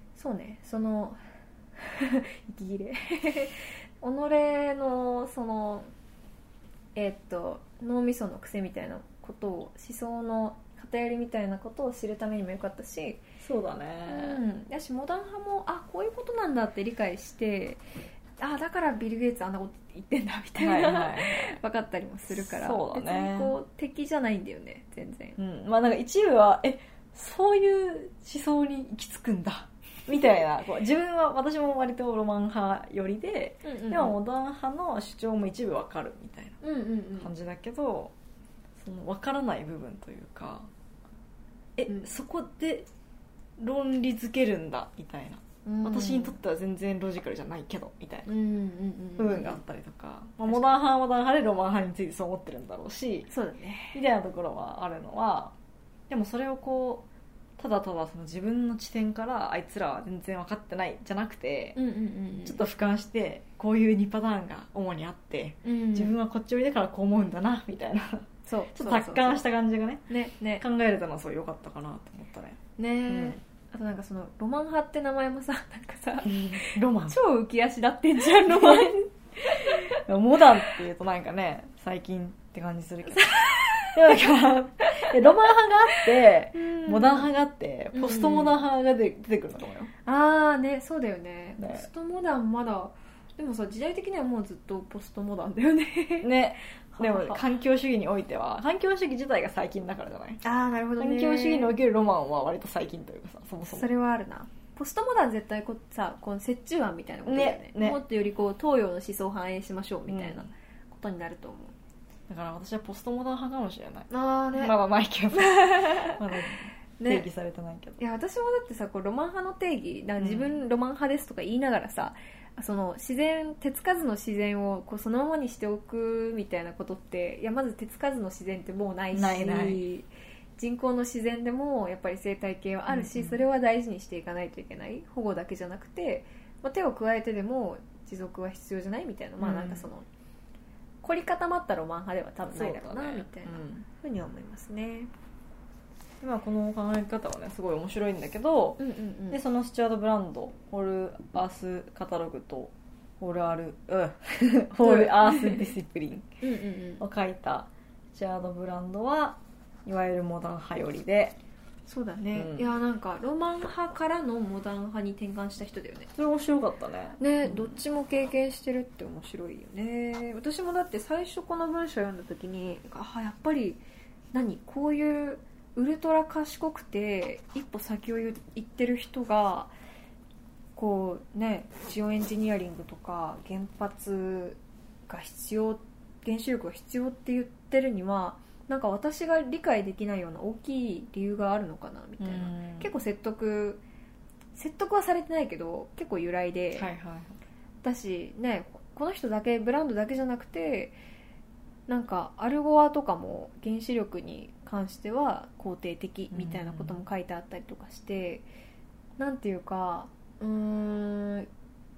そうね、その息切れ己のそのえーっと脳みその癖みたいなことを、思想の偏りみたいなことを知るためにもよかったし、 そうだね、 うん、だしモダン派もあこういうことなんだって理解して、あだからビル・ゲイツあんなこと言ってんだみたいな、はいはいはい、分かったりもするから、 そうだね、 別にこう敵じゃないんだよね全然、 うん、まあなんか一部はえそういう思想に行き着くんだみたいな、こう自分は私も割とロマン派寄りで、うんうんうん、でもモダン派の主張も一部わかるみたいな感じだけど、うんうんうん、その分からない部分というか、え、うん、そこで論理づけるんだみたいな、うん、私にとっては全然ロジカルじゃないけどみたいな部分があったりとか、まあ、モダン派はモダン派でロマン派についてそう思ってるんだろうし、 そうだねみたいなところはあるのは、でもそれをこうただただその自分の視点からあいつらは全然分かってないじゃなくて、うんうんうん、ちょっと俯瞰してこういうにパターンが主にあって、うんうん、自分はこっち寄りだからこう思うんだなみたいな、そうちょっと達観した感じが ね, ね, ね考えれたのはそう良かったかなと思ったね。 ね、うん、あとなんかそのロマン派って名前もさ、なんかさ、 うん、ロマン超浮き足立ってんじゃんロマンモダンっていうとなんかね最近って感じするけどでもなんかロマン派があって、うん、モダン派があってポストモダン派が出てくるんだと思うよ、 うん、ああね、そうだよ ね, ねポストモダンまだでもさ時代的にはもうずっとポストモダンだよねねでも環境主義においては環境主義自体が最近だからじゃない。 ああなるほどね。 環境主義におけるロマンは割と最近というかさ、そもそもそれはあるな。ポストモダン絶対こさこの折衷案みたいなことだよ ね, ね, ねもっとよりこう東洋の思想を反映しましょうみたいなことになると思う、うん、だから私はポストモダン派かもしれない。 あ、ね、 まだないけどまだ定義されてないけど、ね、 いや私もだってさこうロマン派の定義なんか自分ロマン派ですとか言いながらさ、うん、その自然手つかずの自然をこうそのままにしておくみたいなことって、いやまず手つかずの自然ってもうないし、 ないない人工の自然でもやっぱり生態系はあるし、うんうん、それは大事にしていかないといけない。保護だけじゃなくて、まあ、手を加えてでも持続は必要じゃないみたいな、まあなんかその、うん、凝り固まったロマン派では多分ないだろうな、ね、みたいなふうには思いますね。 今この考え方はねすごい面白いんだけど、うんうんうん、でそのスチュアート・ブランドホールアースカタログとホールアール、うん、ホールアースディシプリンを書いたスチュアート・ブランドはいわゆるモダン派寄りで、 そうだね、うん、いやなんかロマン派からのモダン派に転換した人だよね。 それ面白かったね。 ね、どっちも経験してるって面白いよね。私もだって最初この文章読んだ時に、あやっぱり何こういうウルトラ賢くて一歩先を行ってる人がこうねジオエンジニアリングとか原発が必要、原子力が必要って言ってるにはなんか私が理解できないような大きい理由があるのかなみたいな、結構説得説得はされてないけど結構由来で、はいはい、だしねこの人だけブランドだけじゃなくてなんかアルゴアとかも原子力に関しては肯定的みたいなことも書いてあったりとかして、うん、なんていうかうーんなん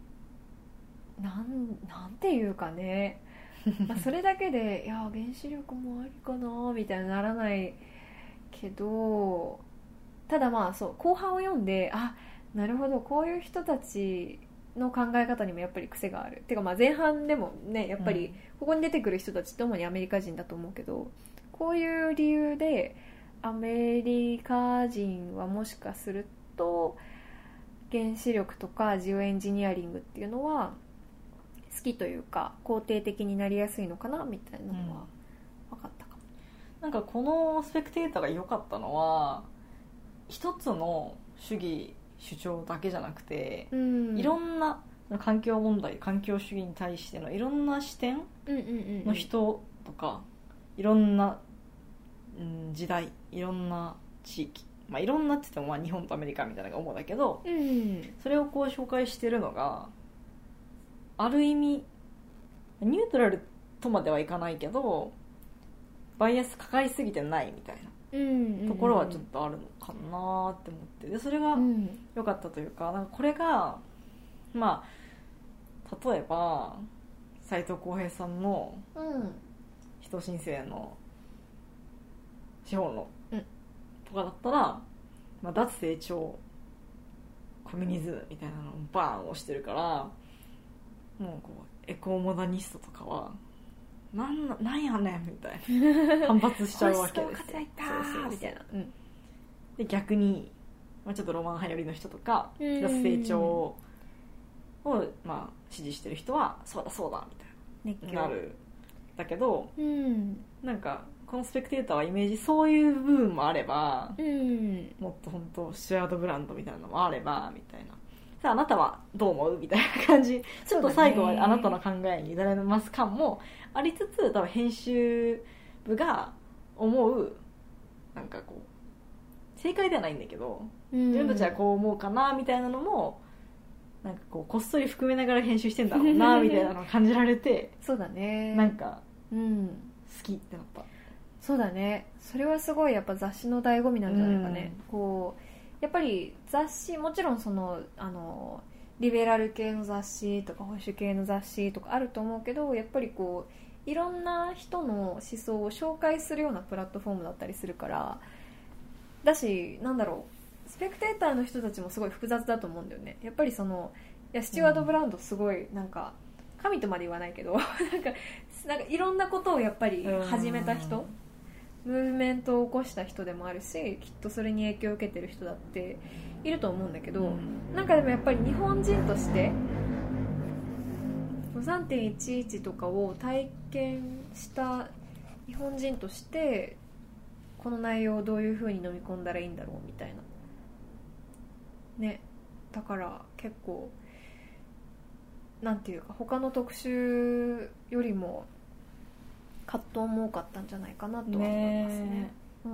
なんていうかねまあそれだけでいや原子力もありかなみたいにならないけど、ただまあそう後半を読んであなるほどこういう人たちの考え方にもやっぱり癖があるっていうか、まあ前半でもねやっぱりここに出てくる人たちって主にアメリカ人だと思うけど、こういう理由でアメリカ人はもしかすると原子力とかジオエンジニアリングっていうのは好きというか肯定的になりやすいのかなみたいなのは分かったかも、 うん、なんかこのスペクテーターが良かったのは一つの主義主張だけじゃなくて、うん、いろんな環境問題環境主義に対してのいろんな視点の人とか、いろんな、うん、時代いろんな地域、まあ、いろんなって言ってもまあ日本とアメリカみたいなのが主だけど、うん、それをこう紹介してるのがある意味ニュートラルとまではいかないけどバイアスかかりすぎてないみたいなところはちょっとあるのかなって思って、でそれが良かったというか、なんかこれがまあ例えば斉藤浩平さんの人申請の資本論とかだったら、まあ、脱成長フェミニズムみたいなのをバーン押してるから、もうこうエコーモダニストとかはなんな、なんやねんみたいな反発しちゃうわけですよ。 そうそうそうみたいな、うん、 で逆に、まあ、ちょっとロマン派寄りの人とかプラス成長を、まあ、支持してる人はそうだそうだみたいななるだけど、 うん、なんかこのスペクテーターはイメージそういう部分もあれば、 うん、 もっと本当シェアードブランドみたいなのもあればみたいな、さああなたはどう思うみたいな感じ、ちょっと最後はあなたの考えに委ねます感もありつつ、多分編集部が思うなんかこう正解ではないんだけど、うん、自分たちはこう思うかなみたいなのもなんかこうこっそり含めながら編集してんだろうなみたいなのを感じられてそうだね、 なんか、 うん、 好きってなった。 そうだね、それはすごいやっぱ雑誌の醍醐味なんじゃないかね、うん、こうやっぱり雑誌もちろんそのあのリベラル系の雑誌とか保守系の雑誌とかあると思うけど、やっぱりこういろんな人の思想を紹介するようなプラットフォームだったりするからだし、なんだろう、スペクテーターの人たちもすごい複雑だと思うんだよね。やっぱりそのいやスチュワード・ブラウンドすごいなんか神とまで言わないけどなんかなんかいろんなことをやっぱり始めた人、ムーブメントを起こした人でもあるし、きっとそれに影響を受けてる人だっていると思うんだけど、うん、なんかでもやっぱり日本人として さんてんいちいち とかを体験した日本人としてこの内容をどういう風に飲み込んだらいいんだろうみたいなね。だから結構なんていうか他の特集よりも葛藤も多かったんじゃないかなとは思いますね。ね、うん、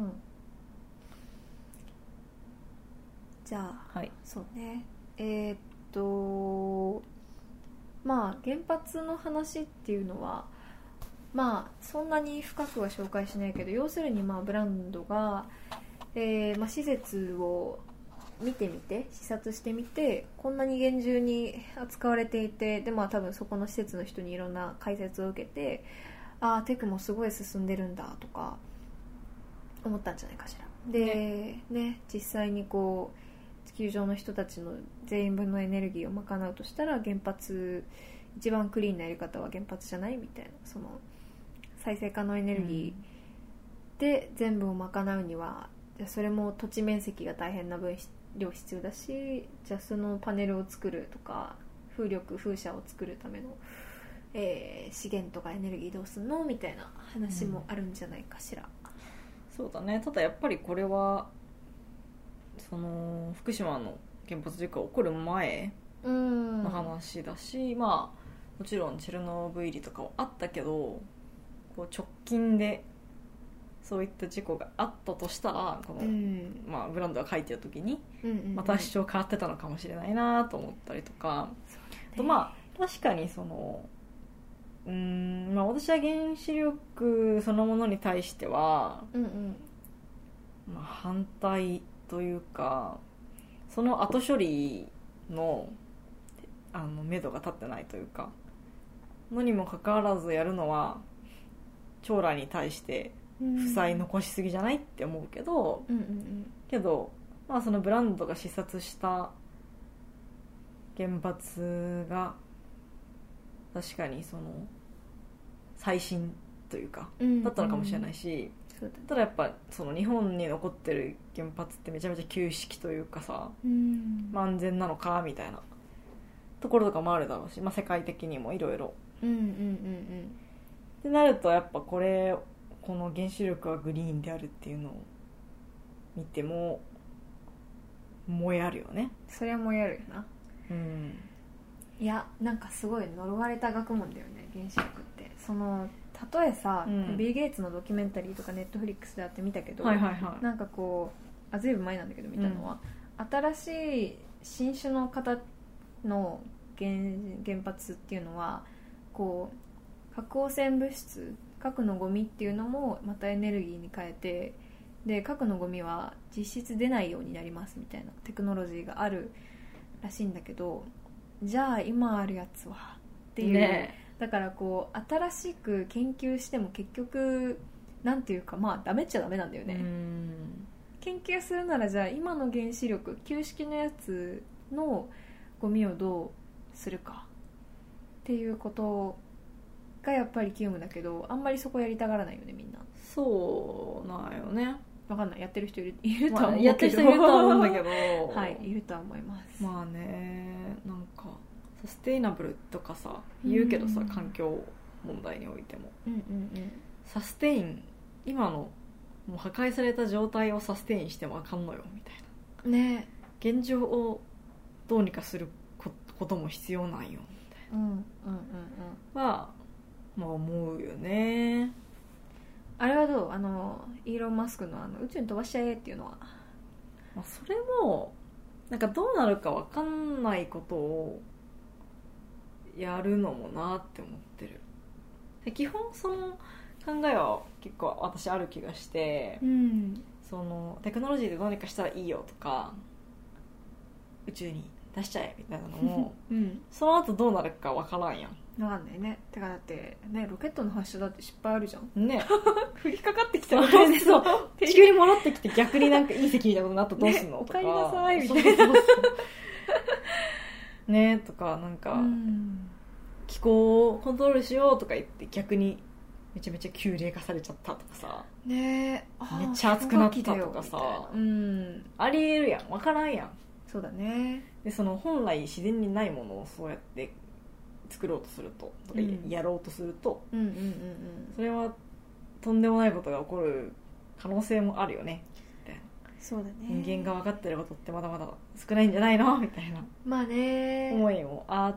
じゃあ、はい、そうね、えー、っとまあ原発の話っていうのはまあそんなに深くは紹介しないけど、要するにまあブランドが、えーまあ、施設を見てみて視察してみてこんなに厳重に扱われていて、でまあ多分そこの施設の人にいろんな解説を受けて、ああテクもすごい進んでるんだとか思ったんじゃないかしら。で、ねね、実際にこう地球上の人たちの全員分のエネルギーを賄うとしたら原発一番クリーンなやり方は原発じゃないみたいな、その再生可能エネルギーで全部を賄うには、じゃあそれも土地面積が大変な分量必要だし、じゃあそのパネルを作るとか風力風車を作るためのえー、資源とかエネルギーどうすんのみたいな話もあるんじゃないかしら、うん、 そうだね。ただやっぱりこれはその福島の原発事故が起こる前の話だし、うん、まあもちろんチェルノブイリとかはあったけど、こう直近でそういった事故があったとしたらこの、うんまあ、ブランドが書いてる時に、うんうんうん、また主張変わってたのかもしれないなと思ったりとか、ね、とまあ確かにそのうーんまあ、私は原子力そのものに対しては、うんうんまあ、反対というか、その後処理のあの目処が立ってないというかのにもかかわらずやるのは将来に対して負債残しすぎじゃないって思うけど、うんうんうん、けど、まあ、そのブランドが視察した原発が確かにその最新というかだったのかもしれないし、うんうん、ただやっぱその日本に残ってる原発ってめちゃめちゃ旧式というかさ、うん、まあ、安全なのかみたいなところとかもあるだろうし、まあ、世界的にもいろいろってなるとやっぱこれこの原子力はグリーンであるっていうのを見ても燃えあるよね。 そりゃ燃えあるよな、うん、いやなんかすごい呪われた学問だよね原子力って。その例えさ、うん、ビル・ゲイツのドキュメンタリーとかネットフリックスであって見たけど、はいはいはい、なんかこうあずいぶん前なんだけど見たのは、うん、新しい新種の型の 原, 原発っていうのはこう核汚染物質核のゴミっていうのもまたエネルギーに変えて、で核のゴミは実質出ないようになりますみたいなテクノロジーがあるらしいんだけど、じゃあ今あるやつはっていう、ね、だからこう新しく研究しても結局なんていうかまあダメっちゃダメなんだよね。うん研究するならじゃあ今の原子力旧式のやつのゴミをどうするかっていうことがやっぱり急務だけど、あんまりそこやりたがらないよねみんな。 そうなんよね。 わかんない、やってる人いるいるとはまあ、 思うけど、 やってる人いるとは思うんだけどはいいるとは思います。 まあね、なんかサステイナブルとかさ言うけどさ、 うん環境問題においてもうんうんサステイン、今のもう破壊された状態をサステインしてもあかんのよみたいうんねな、現状をどうにかすることも必要なんよみたいうんうんうんうんなはまあ思うよね。 あれはどう、あのイーロン・マスクのあの宇宙に飛ばしちゃえっていうのは。 まあ、それもなんかどうなるか分かんないことをやるのもなって思ってる。で基本その考えは結構私ある気がして、 うんそのテクノロジーでどうにかしたらいいよとか宇宙に出しちゃえみたいなのもうんその後どうなるか分からんやん分かんないね。てかだってね、ロケットの発射だって失敗あるじゃん。 ね。 降りかかってきたそうらどうすんのそう地球に戻ってきて逆になんか隕石みたいなことになったらどうすんの、 ねとかお帰りなさいみたいなそうそうそうねとかなんか、 うん気候をコントロールしようとか言って逆にめちゃめちゃ急冷化されちゃったとかさ、 ねあめっちゃ暑くなったとかさ、 氷河期だよみたいなうんありえるやん、分からんやん。 そうだね。 でその本来自然にないものをそうやって作ろうとするととか、 うんやろうとするとうんうんうんうんそれはとんでもないことが起こる可能性もあるよねみたいな。 そうだね。 人間が分かってることってまだまだ少ないんじゃないのみたいなまあね思いもあって、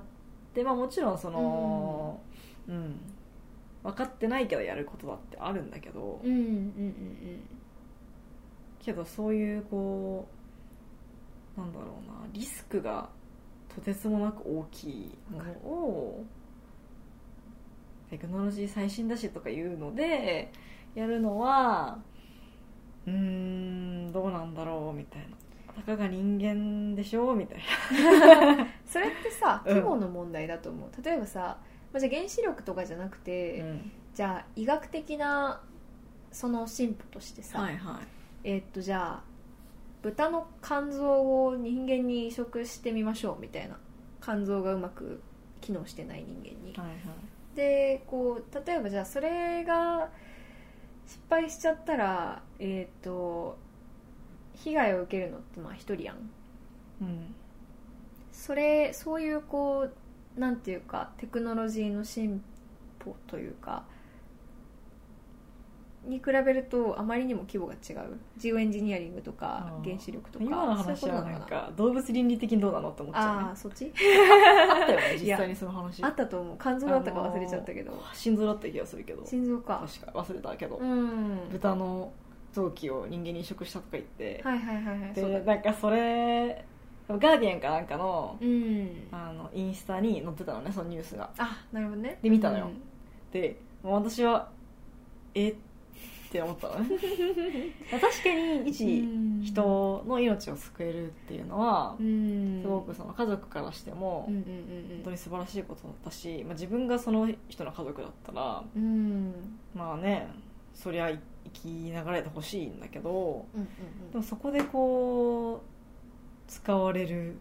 まあ、もちろんその、うんうん、分かってないけどやることだってあるんだけど、 うんうんうんうんけどそういうこうなんだろうな、リスクがとてつもなく大きいものをテクノロジー最新だしとかいうのでやるのはうーんどうなんだろうみたいな、たかが人間でしょみたいなそれってさうん規模の問題だと思う。例えばさ、まあ、じゃあ原子力とかじゃなくて、 うんじゃあ医学的なその進歩としてさ、 はいはいえーっとじゃあ豚の肝臓を人間に移植してみましょうみたいな、肝臓がうまく機能してない人間に、 はいはいでこう例えばじゃあそれが失敗しちゃったらえーっと被害を受けるのってまあ一人やん。 うんそれそういうこうなんていうかテクノロジーの進歩というかに比べるとあまりにも規模が違う。ジオエンジニアリングとかあー原子力とか今の話はなんか動物倫理的にどうなのって思っちゃうね。 ああそっちあったよね実際にその話。 あったと思う。肝臓だったか忘れちゃったけど、 あのー心臓だった気がするけど心臓か。 確か忘れたけど、 うん豚の臓器を人間に移植したとか言って、 はいはいはいはい。そうでだなんかそれガーディアンかなんかのうんあのインスタに載ってたのね、そのニュースが。 あなるほどね。 で見たのようんでもう私はえって思ったのね確かに一人の命を救えるっていうのはうんすごくその家族からしてもうんうん本うん当に素晴らしいことだったし、まあ、自分がその人の家族だったらうんうんまあねそりゃ生きながらえてほしいんだけど、 うんでもそこでこう使われる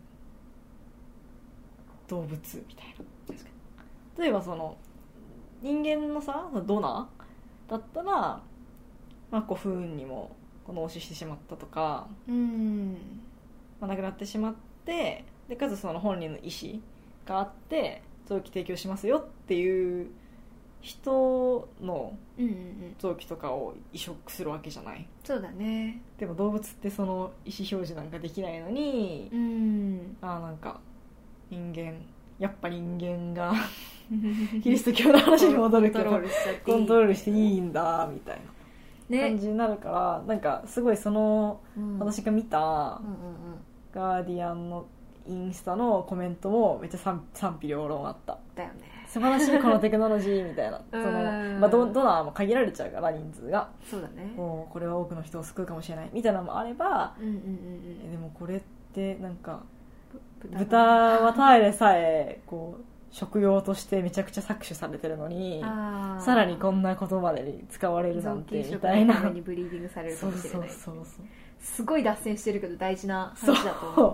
動物みたいな、例えばその人間のさドナーだったら、まあ、こう不運にも脳死してしまったとか、 うんまあ、亡くなってしまってでかつその本人の意思があって臓器提供しますよっていう人のうんうんうん臓器とかを移植するわけじゃない。 そうだね。 でも動物ってその意思表示なんかできないのに、 うんああなんか人間やっぱ人間がキリスト教の話に戻るけどコントロールしちゃっていいコントロールしていいんだみたいな感ね、 じになるからなんかすごいそのうん私が見たうんうんうんガーディアンのインスタのコメントもめっちゃ賛賛否両論あった。 だよね。 素晴らしいこのテクノロジーみたいなその、 うんまあ、ド, ドナーも限られちゃうから人数がそうだね。 もうこれは多くの人を救うかもしれないみたいなのもあれば、 うんうんうんえでもこれってなんかうん。 豚はたえでさえこう食用としてめちゃくちゃ搾取されてるのにあーさらにこんな言葉で使われるなんてみ臓器移植たいなのためにブリーディングされるかそうそうもしれない。 そうそうすごい脱線してるけど大事なそう話だと思う。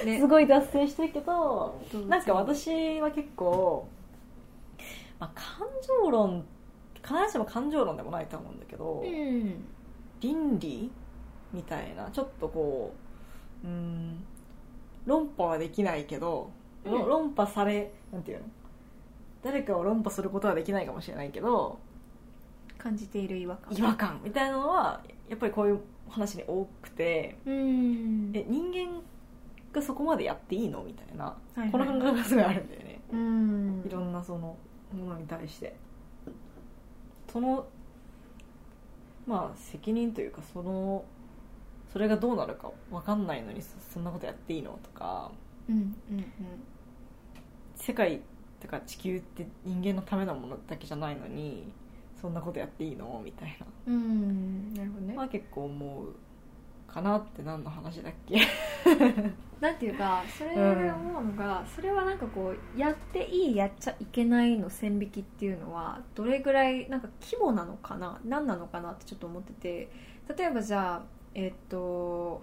ねすごい脱線してるけど、 どうぞなんか私は結構、まあ、感情論必ずしも感情論でもないと思うんだけど、 うん倫理みたいなちょっとこう、うーん論破はできないけど、 うんろ論破されなんていうの、誰かを論破することはできないかもしれないけど感じている違和感違和感みたいなのはやっぱりこういう話に多くて、 うんえ人間がそこまでやっていいのみたいな、 はいはいこの感覚がすごいあるんだよね、 うんいろんなそのものに対してそのまあ責任というかそのそれがどうなるか分かんないのに そ, そんなことやっていいのとか、 うんうん世界とか地球って人間のためのものだけじゃないのにそんなことやっていいのみたいな、 うんうんなるほどね、 まあ、結構思うかなって。何の話だっけなんていうかそれで思うのが、うん、それはなんかこうやっていいやっちゃいけないの線引きっていうのはどれぐらいなんか規模なのかな何なのかなってちょっと思ってて、例えばじゃあえっと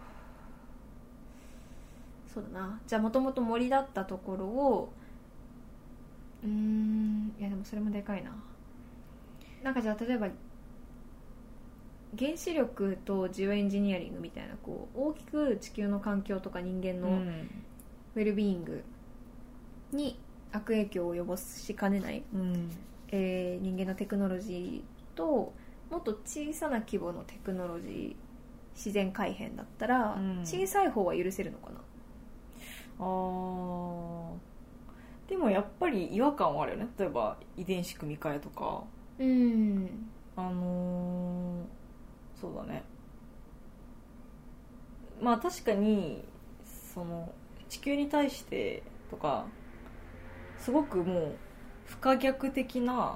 そうだな、じゃあもともと森だったところをうーんいやでもそれもでかいな。なんかじゃあ例えば原子力とジオエンジニアリングみたいなこう大きく地球の環境とか人間のうんウェルビーイングに悪影響を及ぼしかねない、 うんえー人間のテクノロジーともっと小さな規模のテクノロジー自然改変だったら、 うん小さい方は許せるのかな。 あーでもやっぱり違和感はあるよね。例えば遺伝子組み換えとか、 うんあのーそうだね、まあ確かにその地球に対してとかすごくもう不可逆的な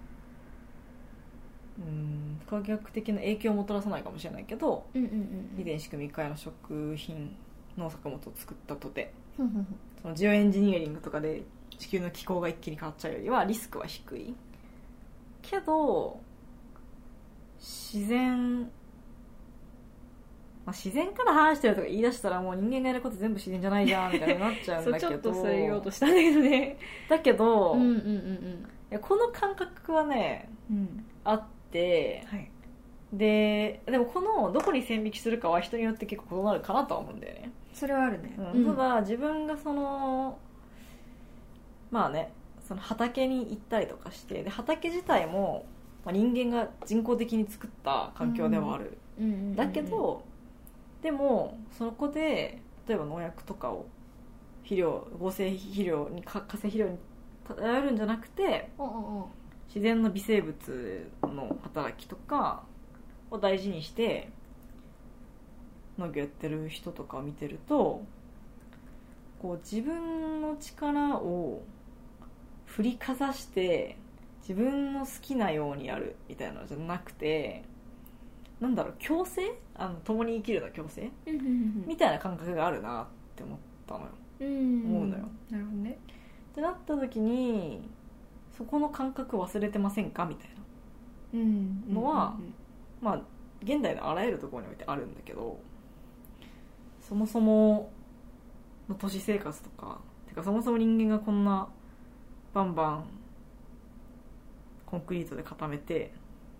うん不可逆的な影響をもたらさないかもしれないけど、 うんうんうん遺伝子組み換えの食品農作物を作ったとてうんうんそのジオエンジニアリングとかで地球の気候が一気に変わっちゃうよりはリスクは低いけど、自然、まあ、自然から話してるとか言い出したらもう人間がやること全部自然じゃないじゃんみたいになっちゃうんだけどそうちょっとそれ言おうとしたんだけどね。 だけど、 うんうんうんいやこの感覚はねうんうんあってはいででもこのどこに線引きするかは人によって結構異なるかなとは思うんだよね、 それはあるね、 うんただ自分がそのまあねその畑に行ったりとかしてで畑自体も、まあ、人間が人工的に作った環境ではある、 うんうんうんうんだけどでもそこで例えば農薬とかを肥料合成肥料に化成肥料に頼るんじゃなくてうんうんうん自然の微生物の働きとかを大事にして農業やってる人とかを見てるとこう自分の力を振りかざして自分の好きなようにやるみたいなのじゃなくてなんだろう共生あの共に生きるの共生うんうんうんみたいな感覚があるなって思ったのようん思うのよなるほどね。 ってなった時にそこの感覚忘れてませんかみたいなうんのはうんうんまあ現代のあらゆるところにおいてあるんだけどそもそもの都市生活とかてかそもそも人間がこんなバンバンコンクリートで固めて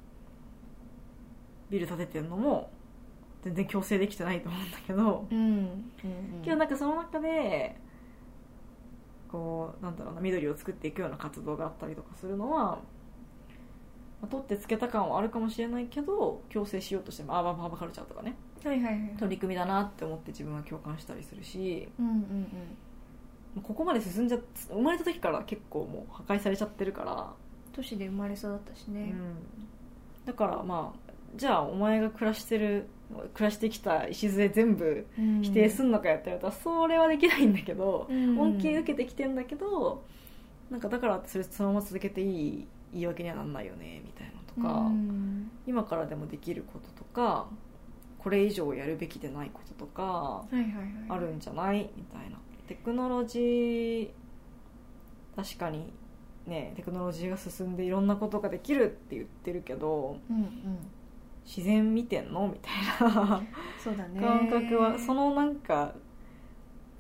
ビル建ててるのも全然強制できてないと思うんだけど、 うんうんうんけどなんかその中でこうなんだろうな緑を作っていくような活動があったりとかするのは、まあ、取ってつけた感はあるかもしれないけど強制しようとしてもアーバンパーマカルチャーとかねはいはいはい取り組みだなって思って自分は共感したりするしうんうんここまで進んじゃ生まれた時から結構もう破壊されちゃってるから都市で生まれ育ったしね、 うん、だからまあじゃあお前が暮らしてる暮らしてきた礎全部うん否定すんのかやって言われたらそれはできないんだけど、 うん恩恵受けてきてんだけどなんかだからってそれそのまま続けていい言い訳にはなんないよねみたいなのとか、 うん今からでもできることとかこれ以上やるべきでないこととかはいはいはいあるんじゃないみたいなテクノロジー確かにねテクノロジーが進んでいろんなことができるって言ってるけどうんうん自然見てんのみたいなそうだね感覚はそのなんか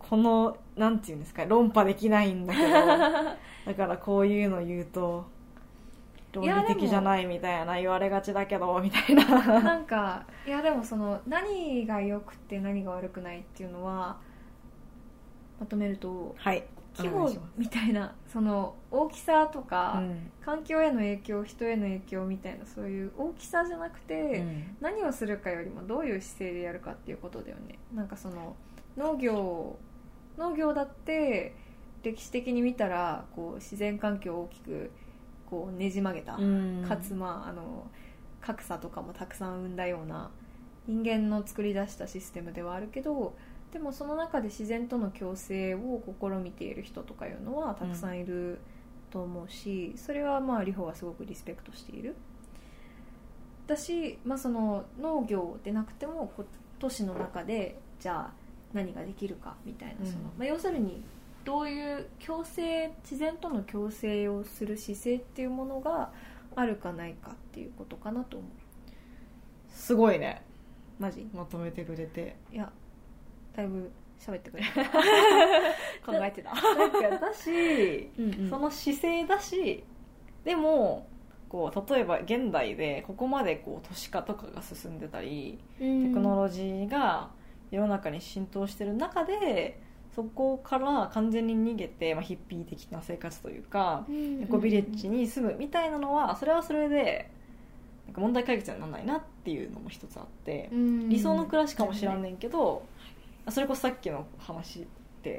このなんていうんですか、論破できないんだけどだからこういうの言うと論理的じゃないみたいな言われがちだけどみたいななんかいやでもその何が良くて何が悪くないっていうのはまとめると、 はい規模みたいなその大きさとか、 うん、 環境への影響人への影響みたいなそういう大きさじゃなくて、 うん、 何をするかよりもどういう姿勢でやるかっていうことだよね。なんかその農業農業だって歴史的に見たらこう自然環境を大きくこうねじ曲げた、 うん、 かつ、まあ、あの格差とかもたくさん生んだような人間の作り出したシステムではあるけど、でもその中で自然との共生を試みている人とかいうのはたくさんいると思うし、それはまあリホはすごくリスペクトしている。だし、まあ、その農業でなくても都市の中でじゃあ何ができるかみたいな、その、まあ、要するにどういう共生、自然との共生をする姿勢っていうものがあるかないかっていうことかなと思う。 すごいね、 マジまとめてくれて。 いやだいぶ喋ってくれ考えてたなんかだしうん、うん、 その姿勢だし、でもこう例えば現代でここまでこう都市化とかが進んでたり、 うん、 テクノロジーが世の中に浸透してる中でそこから完全に逃げて、まあ、ヒッピー的な生活というか、 うん、 エコビレッジに住むみたいなのはそれはそれでなんか問題解決にはならないなっていうのも一つあって、 うん、 理想の暮らしかもしらんねんけど、それこそさっきの話って、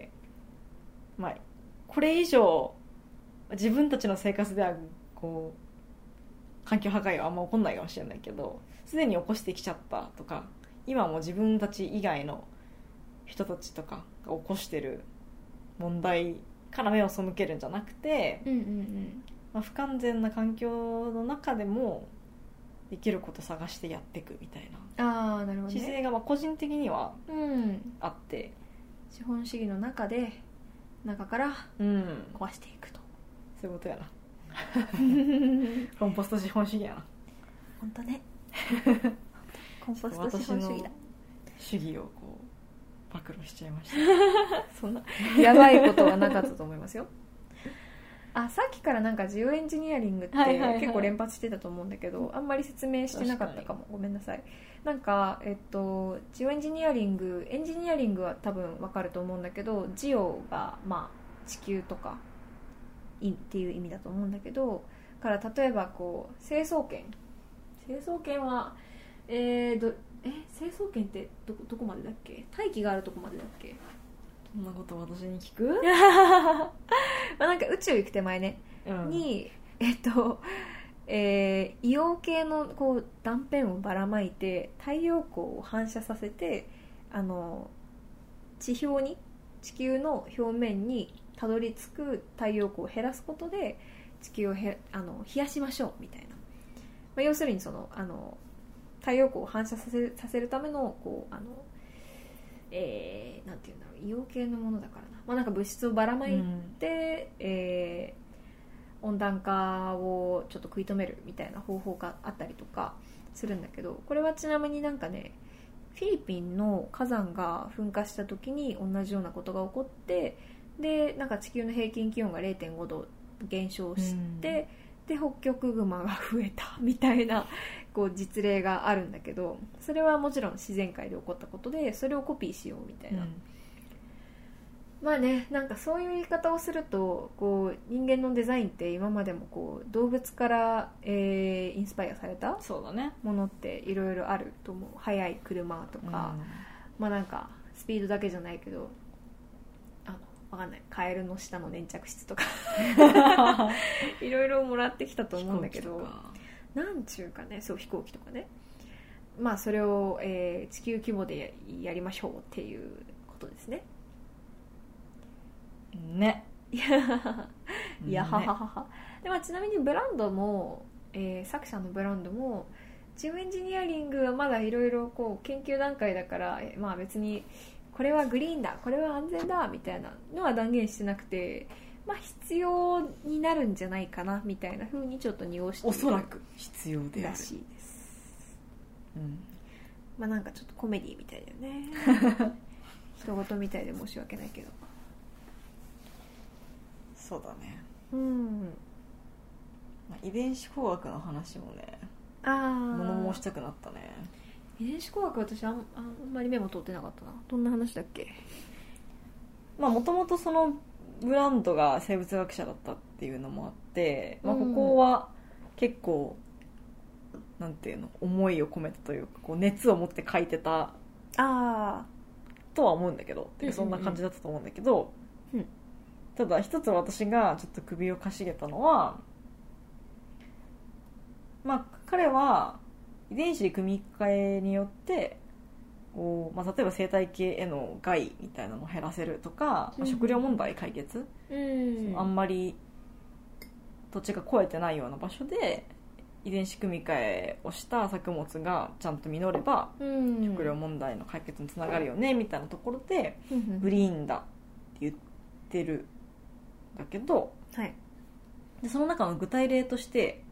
まあ、これ以上自分たちの生活ではこう環境破壊はあんま起こんないかもしれないけど、すでに起こしてきちゃったとか、今も自分たち以外の人たちとかが起こしてる問題から目を背けるんじゃなくて、 うんうんうんまあ、不完全な環境の中でもできること探してやっていくみたいな、 あーなるほど、ね、 姿勢がまあ個人的にはうんあって、 資本主義の中で中からうん壊していくと、 そういうことやなコンポスト資本主義やな。 本当ねコンポスト資本主義だ。 主義をこう暴露しちゃいましたそんなやばいことはなかったと思いますよあ、さっきからなんかジオエンジニアリングってはいはいはい結構連発してたと思うんだけど、あんまり説明してなかったかも、ごめんなさい。なんか、えっと、ジオエンジニアリングエンジニアリングは多分わかると思うんだけど、ジオが、まあ、地球とかいっていう意味だと思うんだけど、から例えばこう成層圏成層圏はえー、どえ成層圏ってどどこまでだっけ？大気があるとこまでだっけ？ そんなこと私に聞くまあなんか宇宙行く手前ね、うん、にえっと、えー、硫黄系のこう断片をばらまいて太陽光を反射させて、あの地表に地球の表面にたどり着く太陽光を減らすことで地球をへあの冷やしましょうみたいな、まあ、要するにそのあの太陽光を反射させる、させるためのこうあの、えー、なんていうんだろう、硫黄系のものだからな、まあ、なんか物質をばらまいて、うんえー、温暖化をちょっと食い止めるみたいな方法があったりとかするんだけど、これはちなみになんかね、フィリピンの火山が噴火した時に同じようなことが起こって、でなんか地球の平均気温が れいてんごど減少して、うん、で北極熊が増えたみたいなこう実例があるんだけど、それはもちろん自然界で起こったことでそれをコピーしようみたいな、うん、まあね、なんかそういう言い方をするとこう人間のデザインって今までもこう動物から、えー、インスパイアされたものっていろいろあると思う。速い車とか、うん、まあなんかスピードだけじゃないけど、あのわかんない、カエルの下の粘着質とかいろいろもらってきたと思うんだけど、なんちゅうかね、そう飛行機とかね、まあそれを、えー、地球規模で や, やりましょうっていうことですね。 ね。 いやいや、はははは。で、まあ、ちなみにブランドも、えー、作者のブランドもジオエンジニアリングはまだいろいろこう研究段階だから、まあ別にこれはグリーンだ、これは安全だみたいなのは断言してなくて、まあ必要になるんじゃないかなみたいな風にちょっと濁している。 おそらく必要であるらしいです。 うん。 まあなんかちょっとコメディみたいだよね。 人事みたいで申し訳ないけど。 そうだね、 うんまあ、遺伝子工学の話もねああ物申したくなったね。 遺伝子工学私あん、あんまり目も通ってなかったな。どんな話だっけ。 まあもともとそのブランドが生物学者だったっていうのもあって、まあ、ここは結構、うん、なんていうの思いを込めたというかこう熱を持って書いてたああとは思うんだけど、うんうんうん、そんな感じだったと思うんだけど、うん、ただ一つ私がちょっと首をかしげたのは、まあ彼は遺伝子組み換えによってこう、まあ、例えば生態系への害みたいなのを減らせるとか、うんまあ、食料問題解決、うん、あんまり土地が肥えてないような場所で遺伝子組み換えをした作物がちゃんと実れば、うん、食料問題の解決につながるよねみたいなところで、うん、グリーンだって言ってるんだけど、はい、でその中の具体例として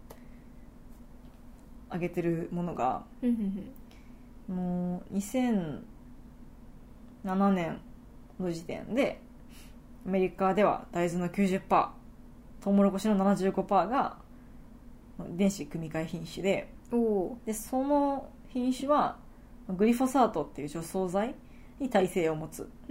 挙げてるものが、もうにせんななねんの時点でアメリカでは大豆の きゅうじゅっパーセント トウモロコシの ななじゅうごパーセント が遺伝子組み換え品種で、でその品種はグリフォサートっていう除草剤に耐性を持つ、うん、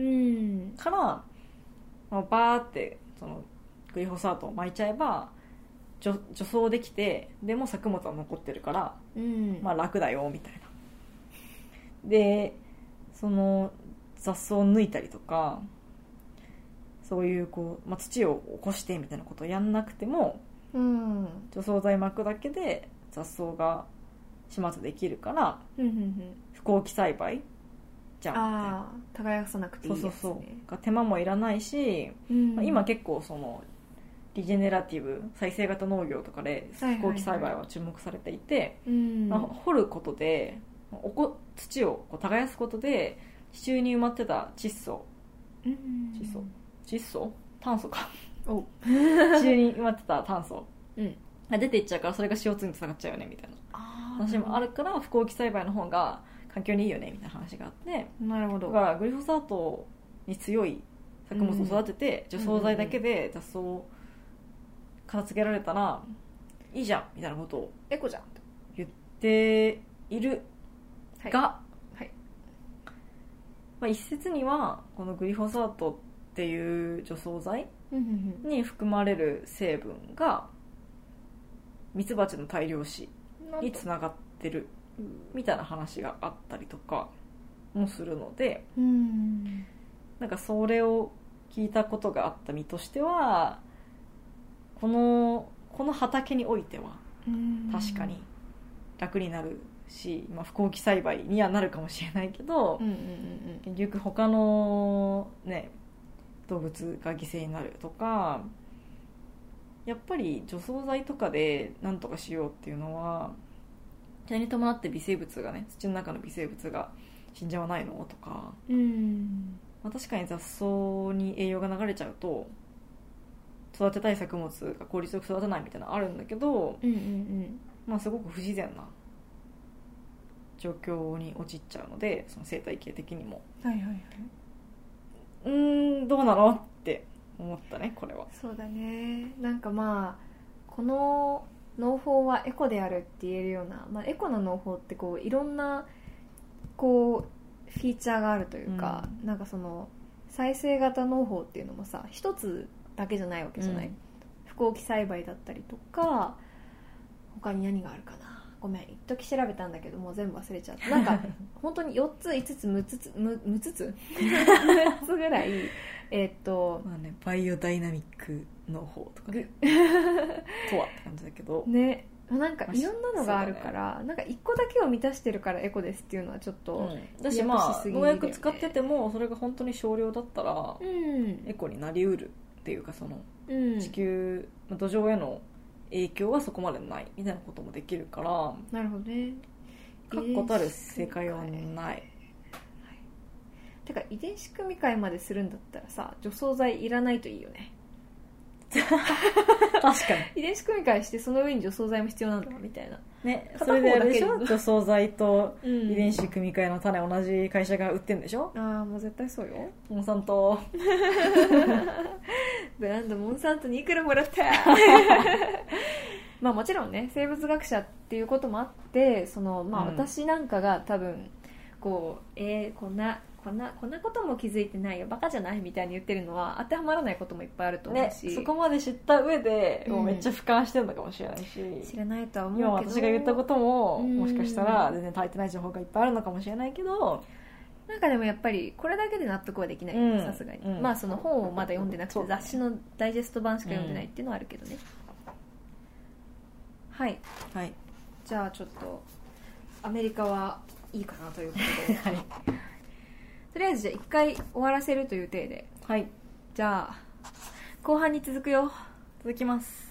から、まあ、バーってそのグリフォサートを撒いちゃえば除, 除草できて、でも作物は残ってるから、うん、まあ楽だよみたいな。でその雑草を抜いたりとかそういうこう、まあ、土を起こしてみたいなことをやんなくても、うん、除草剤巻くだけで雑草が始末できるから、うんうんうん、不耕起栽培じゃんみたいな。 あ耕さなくていいやつね。 そうそうそう手間もいらないし、うんまあ、今結構そのリジェネラティブ再生型農業とかで不耕起栽培は注目されていて、はいはいはいまあ、掘ることでおこ土をこう耕すことで地中に埋まってた窒素、うん、窒素窒素炭素かお地中に埋まってた炭素が出ていっちゃうから、それが シーオーツー につながっちゃうよねみたいな話もあるから、不耕起栽培の方が環境にいいよねみたいな話があって、 なるほど。 だからグリフォサートに強い作物を育てて、うん、除草剤だけで雑草を片付けられたらいいじゃんみたいなことをエコじゃん言っているが、はいはいまあ、一説にはこのグリフォサートっていう除草剤に含まれる成分がミツバチの大量死につながってるみたいな話があったりとかもするので、うんなんかそれを聞いたことがあった身としてはこの、この畑においては確かに楽になるし、まあ、不耕起栽培にはなるかもしれないけど、うんうんうん、結局他の、ね、動物が犠牲になるとか、やっぱり除草剤とかで何とかしようっていうのはそれに伴って微生物がね土の中の微生物が死んじゃわないのとか、うんまあ、確かに雑草に栄養が流れちゃうと育てたい作物が効率よく育てないみたいなのあるんだけど、うんうんうんまあ、すごく不自然な状況に陥っちゃうので、その生態系的にも、はいはいはい、うーんどうなのって思ったねこれは。 そうだね。なんかまあこの農法はエコであるって言えるような、まあ、エコな農法ってこういろんなこうフィーチャーがあるというか、うん、なんかその再生型農法っていうのもさ一つだけじゃないわけじゃない、うん、不耕起栽培だったりとか他に何があるかな、ごめん一時調べたんだけどもう全部忘れちゃった。なんか本当によっついつつむつつむむつつむっつぐらいえーっとまあねバイオダイナミック農法とか、ね、とはって感じだけどね、なんかいろんなのがあるから、まあね、なんかいっこだけを満たしてるからエコですっていうのはちょっと、 うん、だしまあ農薬使っててもそれが本当に少量だったら、うん、エコになりうるっていうかその、うん、地球土壌への影響はそこまでないみたいなこともできるから、 なるほどね、 確固たる正解はない、 てか遺伝子組み換えまでするんだったらさ除草剤いらないといいよね。 確か遺伝子組み換えしてその上に除草剤も必要なんだみたいなにね、 片方それであれでしょ、 だけで除草剤とうん遺伝子組み換えの種同じ会社が売ってんでしょ、 ああもう絶対そうよ。 モンサント。 ブランドモンサントにいくらもらったまあもちろんね生物学者っていうこともあってその、まあ、 うん私なんかが多分こう、えー、こんなこんなこんなことも気づいてないよバカじゃないみたいに言ってるのは当てはまらないこともいっぱいあると思うね、 し、 そこまで知った上で、 うんもうめっちゃ俯瞰してるのかもしれないし、 知らないとは思うけど今私が言ったことも、 うんもしかしたら全然足りてない情報がいっぱいあるのかもしれないけど、 なんかでもやっぱりこれだけで納得はできないうんさすがに、 うんまあその本をまだ読んでなくてそうだね雑誌のダイジェスト版しか読んでないっていうのはあるけどね、はいはい。 じゃあちょっとアメリカはいいかなということで、 はい。 とりあえずじゃあ一回終わらせるという体で、 はい。 じゃあ後半に続くよ。 続きます。